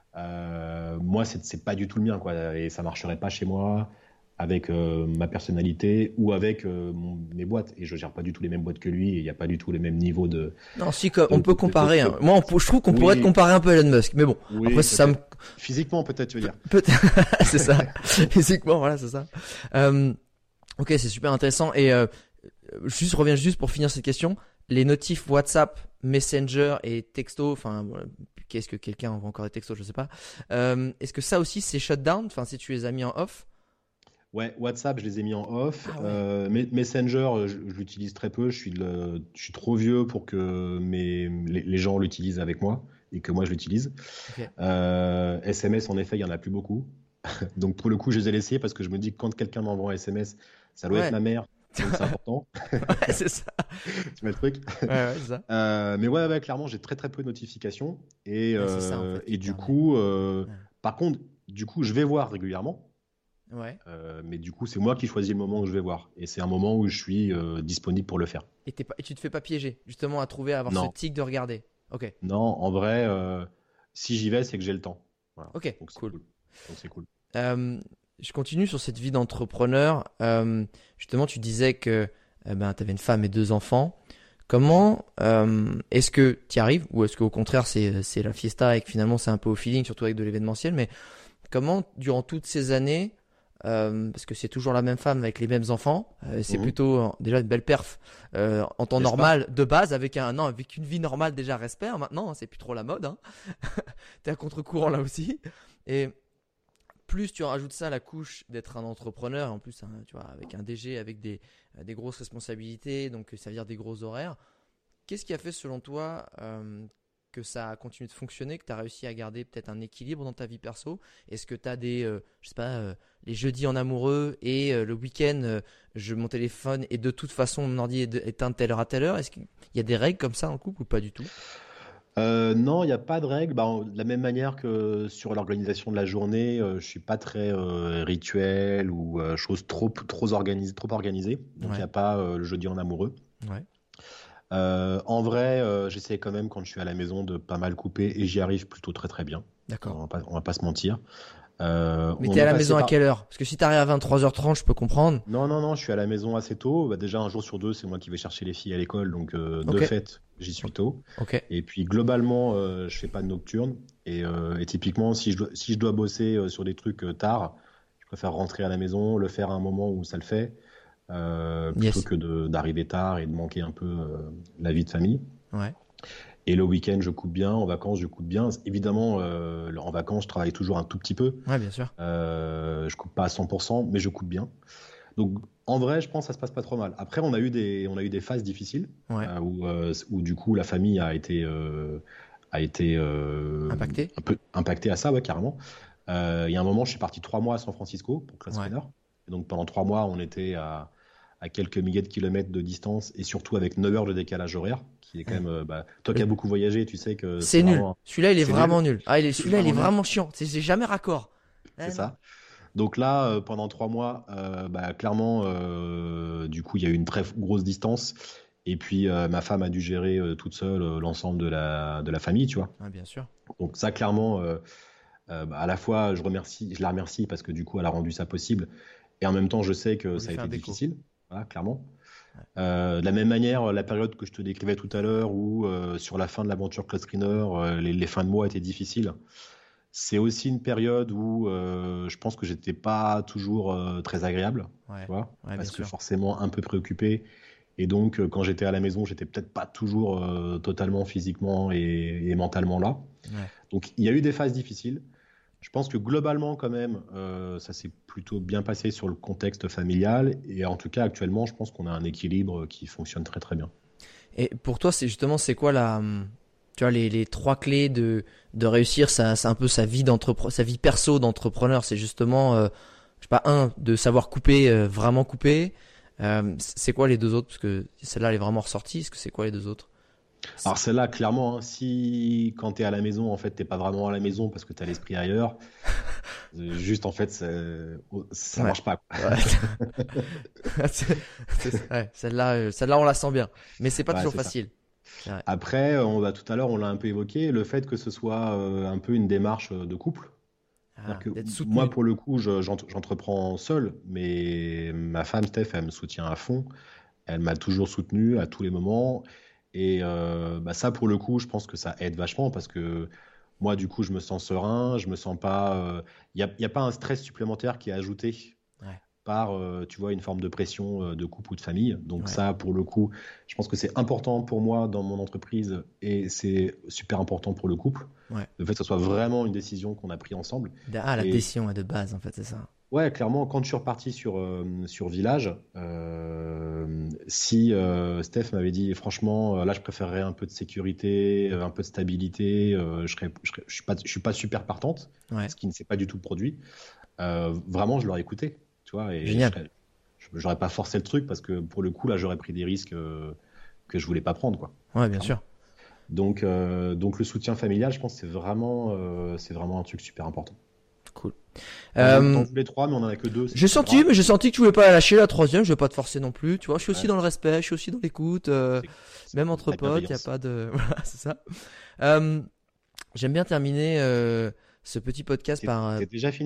C: Euh, moi, c'est, c'est pas du tout le mien, quoi. Et ça marcherait pas chez moi avec euh, ma personnalité ou avec euh, mon, mes boîtes. Et je gère pas du tout les mêmes boîtes que lui. Et il n'y a pas du tout les mêmes niveaux de.
A: Non, si, on de, peut comparer. De, de, hein. Moi, on peut, je trouve qu'on oui. pourrait te comparer un peu à Elon Musk. Mais bon,
C: oui,
A: après, ça me.
C: Physiquement, peut-être, tu veux dire.
A: Peut-être. C'est ça. Physiquement, voilà, c'est ça. Euh, ok, c'est super intéressant. Et euh, juste, je reviens juste pour finir cette question. Les notifs WhatsApp, Messenger et texto, enfin, qu'est-ce que quelqu'un envoie encore des textos, je sais pas. Euh, est-ce que ça aussi, c'est shutdown? Enfin, si tu les as mis en off?
C: Ouais, WhatsApp, je les ai mis en off.
A: Ah ouais.
C: euh, Messenger, je, je l'utilise très peu. Je suis, le, je suis trop vieux pour que mes, les, les gens l'utilisent avec moi et que moi je l'utilise.
A: Okay.
C: Euh, S M S, en effet, il y en a plus beaucoup. Donc pour le coup, je les ai laissés parce que je me dis que quand quelqu'un m'envoie un S M S, ça doit
A: ouais.
C: être ma mère. Donc c'est important.
A: Ouais, c'est ça.
C: Tu mets le truc.
A: Ouais, ouais, c'est ça.
C: Euh, mais ouais, ouais, clairement, j'ai très très peu de notifications. Et,
A: ouais,
C: euh,
A: ça, en fait,
C: et du coup, euh, ouais. par contre, du coup, je vais voir régulièrement.
A: Ouais.
C: Euh, mais du coup, c'est moi qui choisis le moment où je vais voir. Et c'est un moment où je suis euh, disponible pour le faire.
A: Et, t'es pas, et tu te fais pas piéger, justement, à trouver, à avoir
C: non.
A: ce tic de regarder. Ok.
C: Non, en vrai, euh, si j'y vais, c'est que j'ai le temps. Voilà.
A: Ok,
C: donc, c'est
A: cool.
C: cool. Donc c'est cool.
A: Euh, je continue sur cette vie d'entrepreneur. Euh, justement, tu disais que eh ben, tu avais une femme et deux enfants. Comment euh, est-ce que tu y arrives ou est-ce qu'au contraire c'est c'est la fiesta et que finalement c'est un peu au feeling, surtout avec de l'événementiel, mais comment durant toutes ces années, euh, parce que c'est toujours la même femme avec les mêmes enfants, euh, c'est mmh. plutôt euh, déjà une belle perf euh, en temps N'est-ce normal pas de base avec un non avec une vie normale déjà respect. Hein, maintenant hein, c'est plus trop la mode. Hein. T'es à contre-courant là aussi et plus tu rajoutes ça à la couche d'être un entrepreneur, en plus, hein, tu vois, avec un D G, avec des, des grosses responsabilités, donc ça veut dire des gros horaires. Qu'est-ce qui a fait, selon toi, euh, que ça a continué de fonctionner, que tu as réussi à garder peut-être un équilibre dans ta vie perso? Est-ce que tu as des, euh, je sais pas, euh, les jeudis en amoureux et euh, le week-end, euh, je mon téléphone et de toute façon, mon ordi est éteint de telle heure à telle heure? Est-ce qu'il y a des règles comme ça dans le couple ou pas du tout?
C: Euh, non, il n'y a pas de règle. Bah, de la même manière que sur l'organisation de la journée, euh, je suis pas très euh, rituel ou euh, chose trop trop organisée, trop organisée. Donc il ouais. n'y a pas euh, le jeudi en amoureux.
A: Ouais.
C: Euh, en vrai, euh, j'essaie quand même quand je suis à la maison de pas mal couper et j'y arrive plutôt très très bien.
A: D'accord.
C: On va pas, on va pas se mentir. Euh,
A: Mais t'es à la maison par... à quelle heure? Parce que si t'arrives à vingt-trois heures trente, je peux comprendre.
C: Non, non, non, je suis à la maison assez tôt. Bah, déjà, un jour sur deux, c'est moi qui vais chercher les filles à l'école. Donc, euh, okay. de fait, j'y suis tôt.
A: Okay.
C: Et puis, globalement, euh, je fais pas de nocturne. Et, euh, et typiquement, si je dois, si je dois bosser euh, sur des trucs euh, tard, je préfère rentrer à la maison, le faire à un moment où ça le fait, euh, plutôt yes. que de, d'arriver tard et de manquer un peu euh, la vie de famille.
A: Ouais.
C: Et le week-end, je coupe bien. En vacances, je coupe bien. Évidemment, euh, en vacances, je travaille toujours un tout petit peu.
A: Ouais, bien sûr.
C: Euh, je coupe pas à cent pour cent, mais je coupe bien. Donc, en vrai, je pense que ça se passe pas trop mal. Après, on a eu des, on a eu des phases difficiles
A: ouais.
C: euh, où, euh, où, du coup, la famille a été, euh, a été euh,
A: impactée.
C: Un peu impactée à ça, ouais, carrément. Euh, il y a un moment, je suis parti trois mois à San Francisco pour Class Trainer. Et donc, pendant trois mois, on était à, à quelques milliers de kilomètres de distance et surtout avec neuf heures de décalage horaire. Qui est quand même, euh, bah, toi qui as beaucoup voyagé, tu sais que
A: c'est, c'est nul. Vraiment... Celui-là, il est, c'est vraiment nul. nul. Ah, il est, celui-là, il est vraiment
C: nul.
A: chiant. C'est, c'est jamais raccord.
C: C'est ah, ça. Non. Donc là, euh, pendant trois mois, euh, bah, clairement, euh, du coup, il y a eu une très grosse distance. Et puis, euh, ma femme a dû gérer euh, toute seule euh, l'ensemble de la, de la famille, tu vois.
A: Ah, bien sûr.
C: Donc ça, clairement, euh, euh, bah, à la fois, je remercie, je la remercie parce que du coup, elle a rendu ça possible. Et en même temps, je sais que On ça a été difficile. Voilà, clairement. Ouais. Euh, de la même manière, la période que je te décrivais tout à l'heure où euh, sur la fin de l'aventure Class Trainer, euh, les, les fins de mois étaient difficiles, c'est aussi une période où euh, je pense que j'étais pas toujours euh, très agréable,
A: ouais.
C: tu vois,
A: ouais,
C: parce que
A: sûr.
C: forcément un peu préoccupé. Et donc, euh, quand j'étais à la maison, j'étais peut-être pas toujours euh, totalement physiquement et, et mentalement là.
A: Ouais.
C: Donc, il y a eu des phases difficiles. Je pense que globalement, quand même, euh, ça s'est plutôt bien passé sur le contexte familial. Et en tout cas, actuellement, je pense qu'on a un équilibre qui fonctionne très, très bien.
A: Et pour toi, c'est justement, c'est quoi la, tu vois, les, les trois clés de, de réussir sa, c'est un peu sa vie d'entrepreneur, sa vie perso d'entrepreneur. C'est justement, euh, je sais pas, un, de savoir couper, euh, vraiment couper. Euh, c'est quoi les deux autres? Parce que celle-là, elle est vraiment ressortie. Est-ce que c'est quoi les deux autres?
C: Alors celle-là, clairement, hein, si quand tu es à la maison, en fait, t'es pas vraiment à la maison parce que tu as l'esprit ailleurs, juste en fait, ça, ça
A: ouais.
C: marche pas.
A: Ouais. c'est, c'est, ouais, celle-là, celle-là, on la sent bien, mais c'est pas ouais, toujours c'est facile.
C: Ouais. Après, on va tout à l'heure, on l'a un peu évoqué, le fait que ce soit euh, un peu une démarche de couple.
A: Ah,
C: que moi, pour le coup, je, j'entreprends seul, mais ma femme, Steph, elle me soutient à fond. Elle m'a toujours soutenu à tous les moments. Et euh, bah ça, pour le coup, je pense que ça aide vachement parce que moi, du coup, je me sens serein, je me sens pas. Il euh, n'y a, y a pas un stress supplémentaire qui est ajouté
A: ouais.
C: par, euh, tu vois, une forme de pression euh, de couple ou de famille. Donc,
A: ouais.
C: ça, pour le coup, je pense que c'est important pour moi dans mon entreprise et c'est super important pour le couple.
A: Ouais.
C: Le fait que ce soit vraiment une décision qu'on a prise ensemble.
A: Ah, la
C: et...
A: décision est de base, en fait, c'est ça.
C: Ouais, clairement, quand je suis reparti sur, euh, sur Village, euh, si euh, Steph m'avait dit, franchement, là, je préférerais un peu de sécurité, un peu de stabilité, euh, je serais, je serais, je suis pas, je suis pas super partante,
A: ouais.
C: ce qui ne s'est pas du tout produit. Euh, vraiment, je l'aurais écouté, tu vois. Et
A: Génial.
C: Je n'aurais pas forcé le truc parce que pour le coup, là, j'aurais pris des risques euh, que je voulais pas prendre, quoi.
A: Ouais, bien sûr.
C: Donc, euh, donc le soutien familial, je pense, que c'est vraiment, euh, c'est vraiment un truc super important.
A: Cool.
C: Euh, T'en voulais trois, mais on en a que deux.
A: J'ai senti, grave. mais j'ai senti que tu voulais pas la lâcher la troisième. Je vais pas te forcer non plus. Tu vois, je suis aussi ouais. dans le respect, je suis aussi dans l'écoute. Euh, c'est, c'est même entre potes, il y a pas de. Voilà, c'est ça. Euh, j'aime bien terminer euh, ce petit podcast
C: t'es,
A: par.
C: T'es déjà fini?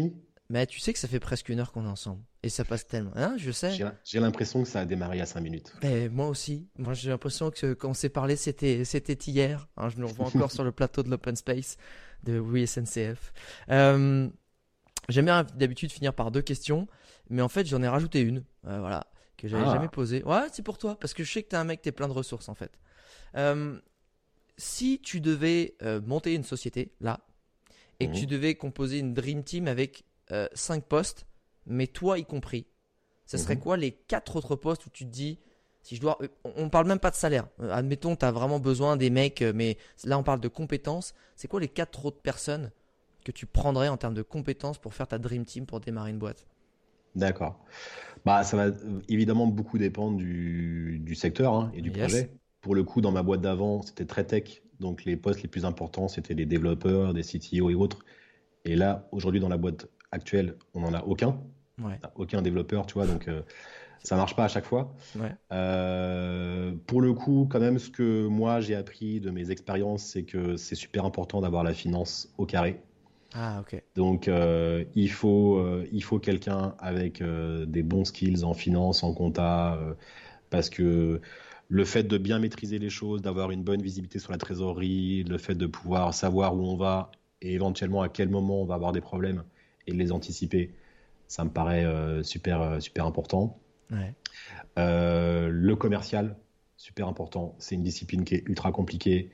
A: Mais tu sais que ça fait presque une heure qu'on est ensemble. Et ça passe tellement. Hein, je sais.
C: J'ai, j'ai l'impression que ça a démarré à cinq minutes.
A: Ben, moi aussi. Moi, j'ai l'impression que quand on s'est parlé, c'était, c'était hier. Hein, je me revois encore sur le plateau de l'Open Space de Oui S N C F. Euh, j'aime bien d'habitude finir par deux questions. Mais en fait, j'en ai rajouté une. Euh, voilà. Que j'avais ah. jamais posée. Ouais, c'est pour toi. Parce que je sais que t'es un mec, t'es plein de ressources, en fait. Euh, si tu devais euh, monter une société, là, et mmh. que tu devais composer une Dream Team avec euh, cinq postes, mais toi y compris, ce serait mmh. quoi les quatre autres postes où tu te dis, si je dois, on ne parle même pas de salaire, euh, admettons tu as vraiment besoin des mecs, mais là on parle de compétences, c'est quoi les quatre autres personnes que tu prendrais en termes de compétences pour faire ta Dream Team pour démarrer une boîte?
C: D'accord. Bah, ça va évidemment beaucoup dépendre du, du secteur hein, et du yes. projet. Pour le coup, dans ma boîte d'avant, c'était très tech. Donc, les postes les plus importants, c'était les développeurs, des C T O et autres. Et là, aujourd'hui, dans la boîte actuelle, on n'en a aucun.
A: Ouais.
C: Aucun développeur, tu vois. Donc, euh, ça ne marche pas à chaque fois.
A: Ouais.
C: Euh, pour le coup, quand même, ce que moi, j'ai appris de mes expériences, c'est que c'est super important d'avoir la finance au carré.
A: Ah, ok.
C: Donc, euh, il faut, euh, il faut quelqu'un avec euh, des bons skills en finance, en compta, euh, parce que le fait de bien maîtriser les choses, d'avoir une bonne visibilité sur la trésorerie, le fait de pouvoir savoir où on va et éventuellement à quel moment on va avoir des problèmes et de les anticiper, ça me paraît euh, super, super important.
A: Ouais.
C: Euh, le commercial, super important. C'est une discipline qui est ultra compliquée.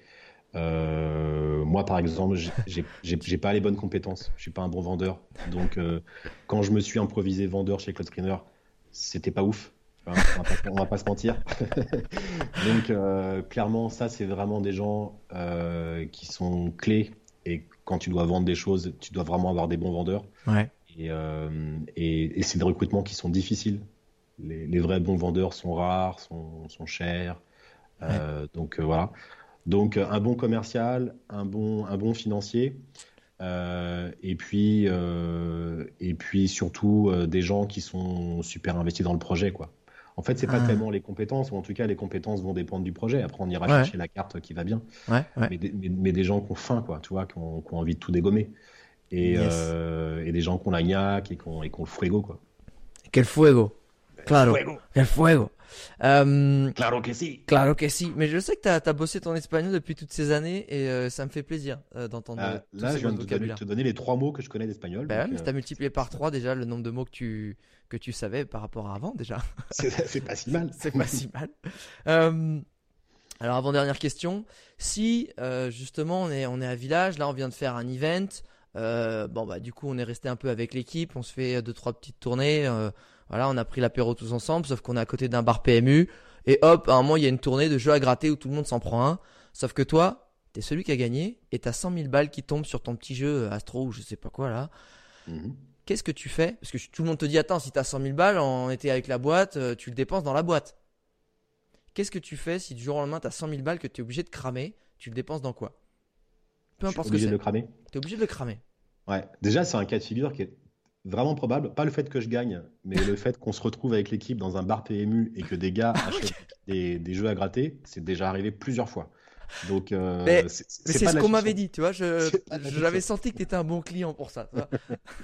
C: Euh, moi, par exemple, j'ai, j'ai, j'ai pas les bonnes compétences. Je suis pas un bon vendeur. Donc, euh, quand je me suis improvisé vendeur chez Cloud Screener, c'était pas ouf. Hein, on, va pas, on va pas se mentir. Donc, euh, clairement, ça, c'est vraiment des gens euh, qui sont clés. Et quand tu dois vendre des choses, tu dois vraiment avoir des bons vendeurs.
A: Ouais.
C: Et, euh, et, et c'est des recrutements qui sont difficiles. Les, les vrais bons vendeurs sont rares, sont, sont chers. Euh, ouais. Donc, euh, voilà. Donc, un bon commercial, un bon, un bon financier. Euh, et puis, euh, et puis surtout euh, des gens qui sont super investis dans le projet, quoi. En fait, c'est pas ah. tellement les compétences, ou en tout cas, les compétences vont dépendre du projet. Après, on ira ouais. chercher la carte qui va bien.
A: Ouais, ouais.
C: Mais, mais, mais des gens qui ont faim, quoi, tu vois, qui ont, qui ont envie de tout dégommer. Et, yes. euh, et des gens qui ont la gnaque et qui ont, et qui ont le fuego, quoi.
A: Quel fuego! Claro. Fuego. Quel fuego! Euh,
C: claro que si.
A: Claro que si. Mais je sais que tu as bossé ton espagnol depuis toutes ces années et euh, ça me fait plaisir euh, d'entendre.
C: Euh,
A: tout
C: là,
A: ce
C: je viens de te, te donner les trois mots que je connais d'espagnol.
A: Bah
C: donc,
A: ouais, mais tu as multiplié par trois déjà le nombre de mots que tu, que tu savais par rapport à avant déjà.
C: C'est, c'est pas si mal.
A: C'est pas si mal. Euh, alors, avant dernière question. Si euh, justement on est, on est à Village, là on vient de faire un event. Euh, bon bah du coup on est resté un peu avec l'équipe, on se fait deux trois petites tournées. Euh, voilà, on a pris l'apéro tous ensemble, sauf qu'on est à côté d'un bar P M U. Et hop, à un moment, il y a une tournée de jeux à gratter où tout le monde s'en prend un. Sauf que toi, t'es celui qui a gagné et t'as cent mille balles qui tombent sur ton petit jeu Astro ou je sais pas quoi là. Mm-hmm. Qu'est-ce que tu fais? Parce que tout le monde te dit, attends, si t'as cent mille balles, on était avec la boîte, tu le dépenses dans la boîte. Qu'est-ce que tu fais si du jour au lendemain, t'as cent mille balles que t'es obligé de cramer? Tu le dépenses dans quoi? Peu importe ce que c'est.
C: Obligé de le cramer?
A: T'es obligé de le cramer.
C: Ouais. Déjà, c'est un cas de figure qui est vraiment probable, pas le fait que je gagne, mais le fait qu'on se retrouve avec l'équipe dans un bar P M U et que des gars achètent des, des jeux à gratter, c'est déjà arrivé plusieurs fois. Donc, euh,
A: mais
C: c'est, c'est,
A: mais c'est ce qu'on m'avait dit, tu vois. Je, j'avais senti que tu étais un bon client pour ça. Tu vois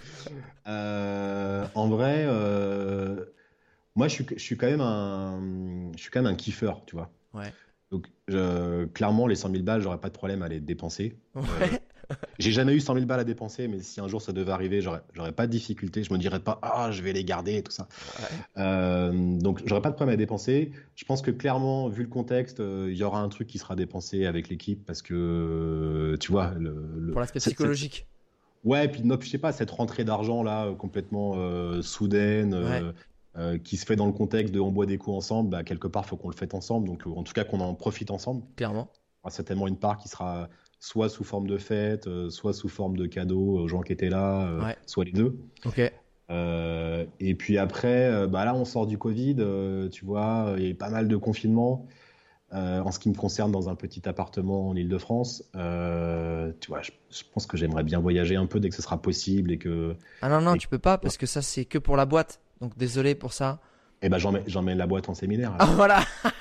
C: euh, en vrai, euh, moi, je suis, je suis quand même un, je suis quand même un kiffeur, tu vois.
A: Ouais.
C: Donc, je, clairement, les cent mille balles, j'aurais pas de problème à les dépenser.
A: Ouais.
C: Euh, J'ai jamais eu cent mille balles à dépenser, mais si un jour ça devait arriver, j'aurais, j'aurais pas de difficulté. Je me dirais pas, ah, je vais les garder et tout ça.
A: Ouais.
C: Euh, donc, j'aurais pas de problème à dépenser. Je pense que clairement, vu le contexte, il euh, y aura un truc qui sera dépensé avec l'équipe parce que, tu vois, le, le
A: pour l'aspect psychologique.
C: Cette... Ouais, et puis non, je sais pas, cette rentrée d'argent là, complètement euh, soudaine.
A: Ouais.
C: Euh, Euh, qui se fait dans le contexte de on boit des coups ensemble, bah, quelque part, il faut qu'on le fête ensemble. Donc, en tout cas, qu'on en profite ensemble.
A: Clairement.
C: Alors, c'est tellement une part qui sera soit sous forme de fête, euh, soit sous forme de cadeau aux gens qui étaient là, euh,
A: ouais.
C: soit les deux.
A: Ok.
C: Euh, et puis après, euh, bah là, on sort du Covid, euh, tu vois, il y a eu pas mal de confinements. Euh, en ce qui me concerne, dans un petit appartement en Île-de-France, euh, tu vois, je, je pense que j'aimerais bien voyager un peu dès que ce sera possible et que.
A: Ah non non,
C: et...
A: tu peux pas parce que ça c'est que pour la boîte. Donc désolé pour ça.
C: Eh ben j'emmène, j'emmène la boîte en séminaire.
A: Ah voilà.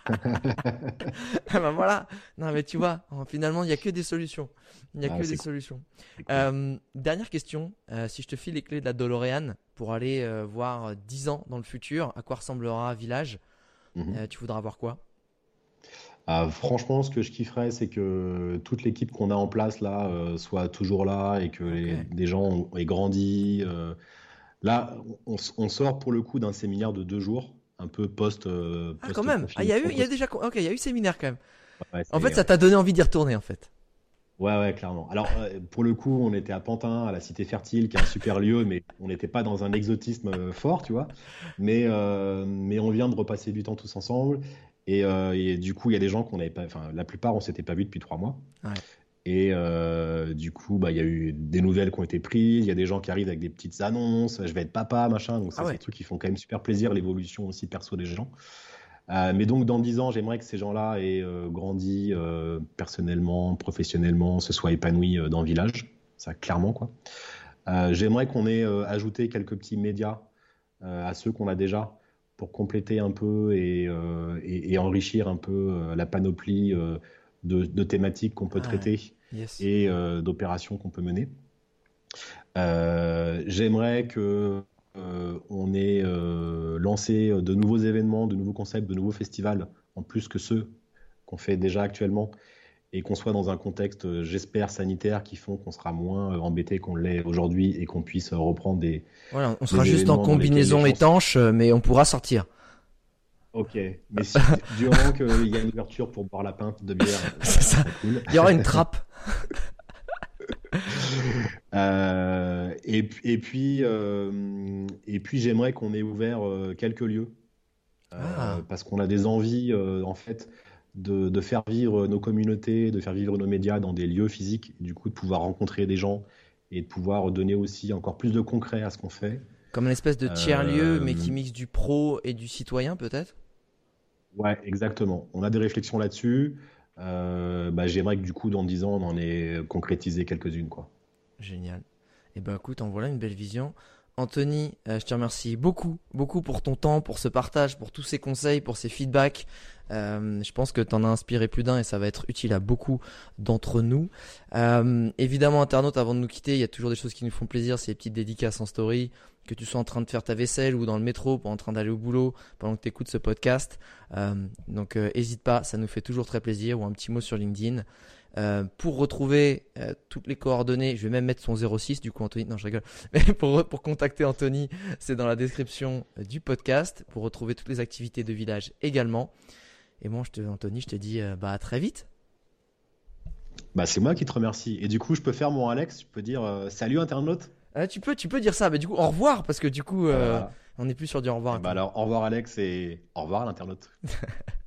A: Ah ben voilà. Non mais tu vois, finalement il n'y a que des solutions. Il n'y a
C: Ah,
A: que
C: c'est
A: des
C: cool.
A: solutions.
C: C'est cool.
A: Euh, dernière question. Euh, si je te file les clés de la DeLorean pour aller euh, voir dix ans dans le futur, à quoi ressemblera Village,
C: Mhm.
A: euh, tu voudras voir quoi?
C: Ah, franchement, ce que je kifferais, c'est que toute l'équipe qu'on a en place là euh, soit toujours là et que
A: Ok.
C: les, les gens ont- aient grandi. euh. Là, on, s- on sort pour le coup d'un séminaire de deux jours, un peu post, euh,
A: Ah quand même. Ah il
C: post-confinement.
A: y a eu, il y a
C: Post...
A: déjà, ok, il y a eu séminaire quand même.
C: Ouais,
A: En fait
C: c'est-
A: ça
C: ouais.
A: t'a donné envie d'y retourner en fait.
C: Ouais, ouais, clairement. Alors, euh, pour le coup, on était à Pantin, à la Cité Fertile, qui est un super lieu, mais on n'était pas dans un exotisme euh, fort, tu vois. Mais, euh, mais on vient de repasser du temps tous ensemble. Et, euh, et du coup, il y a des gens qu'on n'avait pas, enfin, la plupart, on s'était pas vus depuis trois mois.
A: Ouais.
C: Et euh, du coup, bah, il y a eu des nouvelles qui ont été prises. Il y a des gens qui arrivent avec des petites annonces. Je vais être papa, machin. Donc,
A: Ah
C: ça, c'est des
A: ouais.
C: trucs qui font quand même super plaisir, l'évolution aussi perso des gens. Euh, mais donc, dans dix ans, j'aimerais que ces gens-là aient euh, grandi euh, personnellement, professionnellement, se soient épanouis euh, dans le village. Ça, clairement, quoi. Euh, j'aimerais qu'on ait euh, ajouté quelques petits médias euh, à ceux qu'on a déjà pour compléter un peu et, euh, et- et enrichir un peu euh, la panoplie euh, de, de thématiques qu'on peut
A: Ah ouais.
C: traiter
A: Yes.
C: et euh, d'opérations qu'on peut mener. Euh, j'aimerais que euh, on ait euh, lancé de nouveaux événements, de nouveaux concepts, de nouveaux festivals, en plus que ceux qu'on fait déjà actuellement, et qu'on soit dans un contexte, euh, j'espère, sanitaire, qui font qu'on sera moins euh, embêté qu'on l'est aujourd'hui et qu'on puisse euh, reprendre des,
A: Voilà, on sera
C: des
A: juste en
C: événements dans lesquels les
A: combinaison
C: gens... s-
A: étanche, euh, mais on pourra sortir.
C: Ok, mais si, du moment qu'il y a une ouverture pour boire la pinte de bière,
A: C'est
C: ça, ça
A: ça.
C: serait cool.
A: Il y aura une trappe.
C: Euh, et, puis- et puis, euh, et puis j'aimerais qu'on ait ouvert euh, quelques lieux euh,
A: Ah,
C: parce qu'on a des envies euh, en fait de, de faire vivre nos communautés, de faire vivre nos médias dans des lieux physiques, et du coup de pouvoir rencontrer des gens et de pouvoir donner aussi encore plus de concret à ce qu'on fait.
A: comme une espèce de tiers-lieu, mais qui
C: Euh,
A: mixe du pro et du citoyen peut-être?
C: ouais, exactement. On a des réflexions là-dessus. Euh, bah, j'aimerais que du coup dans dix ans on en ait concrétisé quelques-unes quoi.
A: Génial. Et ben écoute, en voilà une belle vision. Anthony, euh, je te remercie beaucoup, beaucoup pour ton temps, pour ce partage, pour tous ces conseils, pour ces feedbacks. Euh, je pense que tu en as inspiré plus d'un et ça va être utile à beaucoup d'entre nous. Euh, évidemment, internaute, avant de nous quitter, il y a toujours des choses qui nous font plaisir, c'est les petites dédicaces en story, que tu sois en train de faire ta vaisselle ou dans le métro, pas en train d'aller au boulot, pendant que tu écoutes ce podcast. Euh, donc, euh, hésite pas, ça nous fait toujours très plaisir, ou un petit mot sur LinkedIn. Euh, pour retrouver euh, toutes les coordonnées, je vais même mettre son zéro six du coup Anthony, non je rigole, mais pour, pour contacter Anthony, c'est dans la description euh, du podcast, pour retrouver toutes les activités de village également. Et moi je te, Anthony, je te dis euh, bah à très vite.
C: Bah, c'est moi qui te remercie. Et du coup je peux faire mon Alex, je peux dire euh, salut internaute.
A: Euh, tu peux, tu peux dire ça, mais du coup au revoir, parce que du coup
C: Ah, bah,
A: euh,
C: voilà.
A: on n'est plus sur du au revoir.
C: Eh ben
A: Anthony.
C: alors, au revoir Alex et au revoir l'internaute.